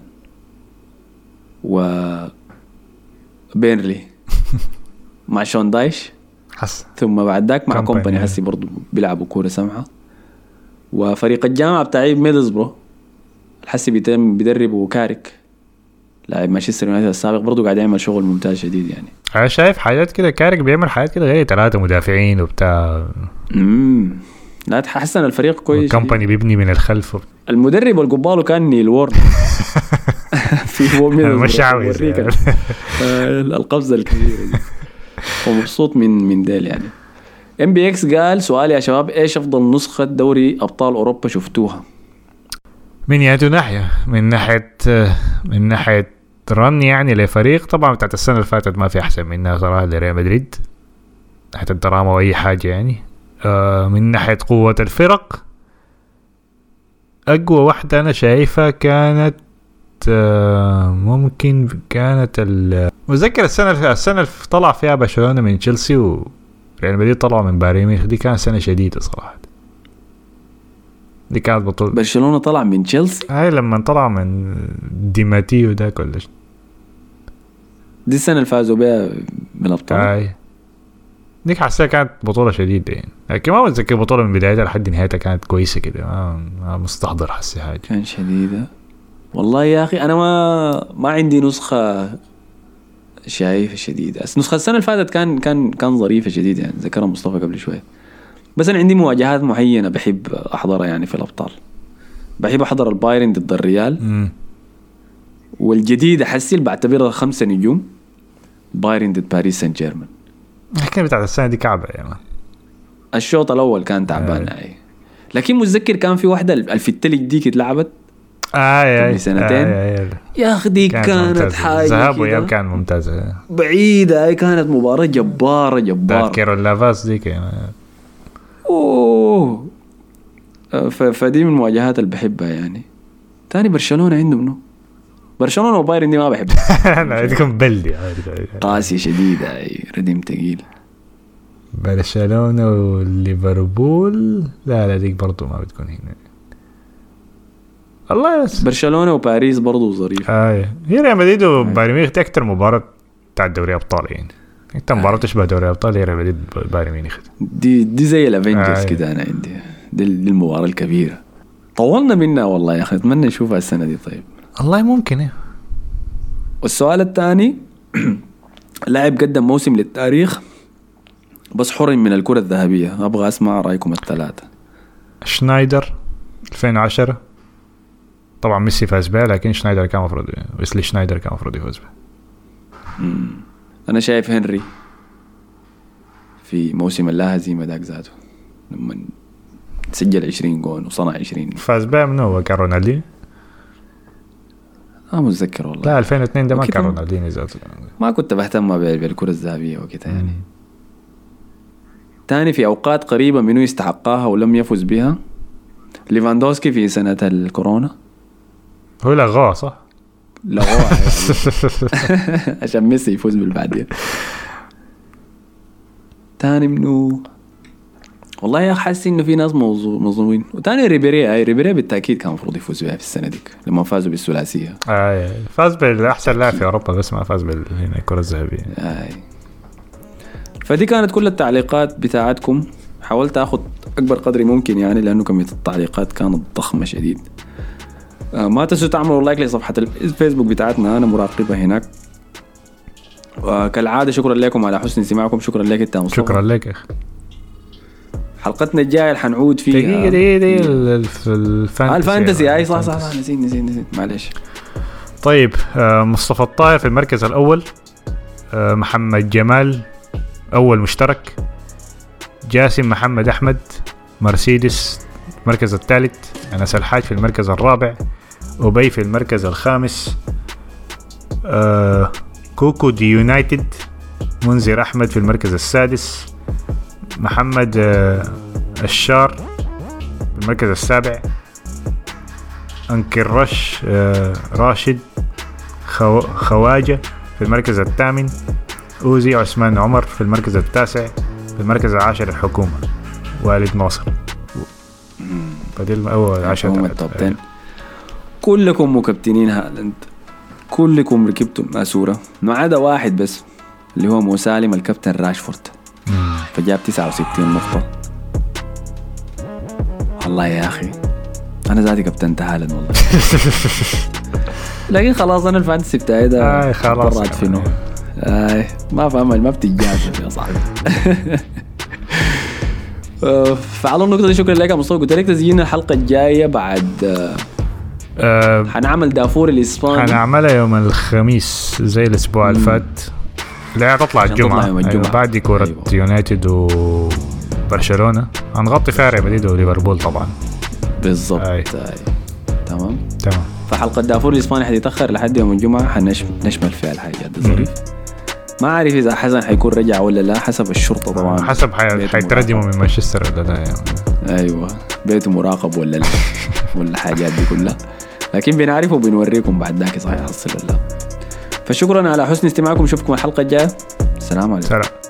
و بيرلي مع شون دايش ثم بعد ذاك مع كومباني حسي برضو بيلعبوا كوره سمحه. وفريق الجامعه بتاعي ميدلزبرو الحسي بيدربوا كاريك لاعب مانشستر يونايتد السابق، برضو قاعد يعمل شغل ممتاز شديد يعني. انا شايف حاجات كده كاريك بيعمل حاجات كده غير 3 مدافعين وبتاع. لا تحسن الفريق كويس. كومباني بيبني من الخلف. المدرب والقباله كان نيل وورد في هو مش عاوز القفزه الكبيره دي ومبسوط من ديل يعني. ام بي اكس قال سؤال يا شباب، ايش افضل نسخه دوري ابطال اوروبا شفتوها؟ من ياتو ناحيه، من ناحيه رن يعني لفريق. طبعا بتاعت السنه اللي فاتت ما في احسن منها صراحه لريال مدريد ناحيه الدراما واي حاجه يعني. من ناحيه قوه الفرق اقوى واحده انا شايفها كانت ممكن كانت متذكر السنه اللي طلع فيها برشلونه من تشيلسي وريال مدريد طلعوا من بايرن ميونخ، دي كانت سنه شديده صراحه. دي كانت بطولة برشلونة طلع من تشيلسي. هاي لما طلع من ديماتيو ده كلش. دي السنة اللي فازوا بها بالأبطال. هاي ديك حسيت كانت بطولة شديدة يعني، لكن ما بتذكر بطولة من بدايتها لحد نهايتها كانت كويسة كده. ما مستحضر حسي حاجة كان شديدة والله يا أخي. أنا ما عندي نسخة شايفة شديدة. نسخة السنة اللي فاتت كان ظريفة شديدة يعني، ذكرها مصطفى قبل شوية. بس أنا عندي مواجهات معينة بحب أحضرها يعني في الأبطال. بحب أحضر البايرن ضد الريال والجديدة حسي اللي بعتبرها 5 نجوم بايرن ضد باريس سان جيرمان. الحكاية بتاعت السنة دي كعبة يعني. الشوط الأول كان تعبان لكن متذكر كان في واحدة في التلج ديك اتلعبت قبل سنتين. يا أخي دي كانت حاجة ذهاب وإياب كان ممتازة بعيدة. كانت مباراة جبارة تذكر اللافاس ديك يعني. اوه فدي من المواجهات اللي بحبها يعني. تاني برشلونة عنده منه برشلونة وبايرن دي ما بحبها. انا عندكم بلدي قاسية شديدة رديم تقيل. برشلونة وليفربول لا ديك برضو ما بتكون هنا. الله يس. برشلونه وباريس برضو ظريف. هي ريال مدريد وبايرن ميونخ دي اكثر مباراه بتاع دوري ابطال يعني. انت مباراه تشبه دوري ابطال هي ريال مدريد بايرن ميونخ. دي زي الافنجرز كده. انا عندي دي المباراه الكبيره. طولنا منها والله يا اخي. اتمنى نشوفها السنه دي. طيب والله ممكن ايه. والسؤال الثاني لاعب قدم موسم للتاريخ بس حرم من الكرة الذهبية. أبغى أسمع رأيكم الثلاثة. شنايدر 2010 طبعا ميسي فاز بها لكن شنايدر كان مفروض ويسلي شنايدر كان مفروض يفوز بها. أنا شايف هنري في موسم اللا هزيمة داك ذاته لما سجل 20 جون وصنع 20. فاز بها منو هو؟ كان رونالدينيو. متذكر والله. لا 2002 ده ما كان رونالدينيو ذاته. ما كنت بهتم بالكرة الذهبية وكده يعني. تاني في أوقات قريبة منو يستحقها ولم يفوز بها. ليفاندوسكي في سنة الكورونا. هو لغوها صح؟ لغوها يعني. عشان ميسي يفوز بالبعدين. تاني منو والله يا حاسس انه في ناس مظلومين. وتاني ريبيري بالتاكيد كان المفروض يفوز بها في السنه ديك لما فازوا بالثلاثيه. فاز بالاحسن لاعب في اوروبا بس ما فاز بالكره الذهبيه. فدي كانت كل التعليقات بتاعتكم. حاولت اخذ اكبر قدر ممكن يعني لانه كميه التعليقات كانت ضخمه شديد. ما تنسوا تعملوا لايك لصفحه الفيسبوك بتاعتنا. انا مراقبه هناك. وكالعاده شكرا لكم على حسن استماعكم. شكرا لك انت مصطفى. شكرا لك يا اخي. حلقتنا الجايه اللي حنعود فيها دي الفانتسي. اي صح نسيت معلش. طيب مصطفى الطاهر في المركز الاول. محمد جمال اول مشترك. جاسم محمد احمد مرسيدس المركز الثالث. انس الحاج في المركز الرابع. أبي في المركز الخامس. كوكو دي يونايتد منذر احمد في المركز السادس. محمد الشار في المركز السابع. أنكر راشد خواجة في المركز الثامن. أوزي عثمان عمر في المركز التاسع. في المركز العاشر الحكومة والد ناصر. بدل أول 10 التوب. كلكم مكابتنين هالاند. كلكم ركبتوا الماسورة ما عدا واحد بس اللي هو مسالم الكابتن راشفورد. فجاب 69 نقطة. والله يا أخي أنا ذاتي كابتن هالاند والله. لكن خلاص أنا الفانتسي بتاعي ده خلاص فينه. ما فهم ما بتجازف يا صاحبي. فعلى النقطة دي شكرا لك يا مصطفى. قلت لك تسجيلنا الحلقة الجاية بعد حنعمل دافور الإسباني. حنعملها يوم الخميس زي الأسبوع اللي فات. لا تطلع الجمعة بعد كورة يونايتد وبرشلونة. هنغطي فيها ريال مدريد وليفربول طبعا. بالضبط. تمام. فحلقة دافور الإسباني حتتأخر لحد يوم الجمعة. حنشمل فيها الحاجات دي ظريف. ما أعرف إذا حسن حيكون رجع ولا لا حسب الشرطة طبعا. حسب حيترجموا من مانشستر ولا لا يعني. أيوة بيته مراقب ولا لا ولا حاجات دي كلها. لكن بنعرفه وبنوريكم بعد ذاك صحيح حصل ولا لا. فشكرا على حسن استماعكم. نشوفكم الحلقة الجاية. السلام عليكم.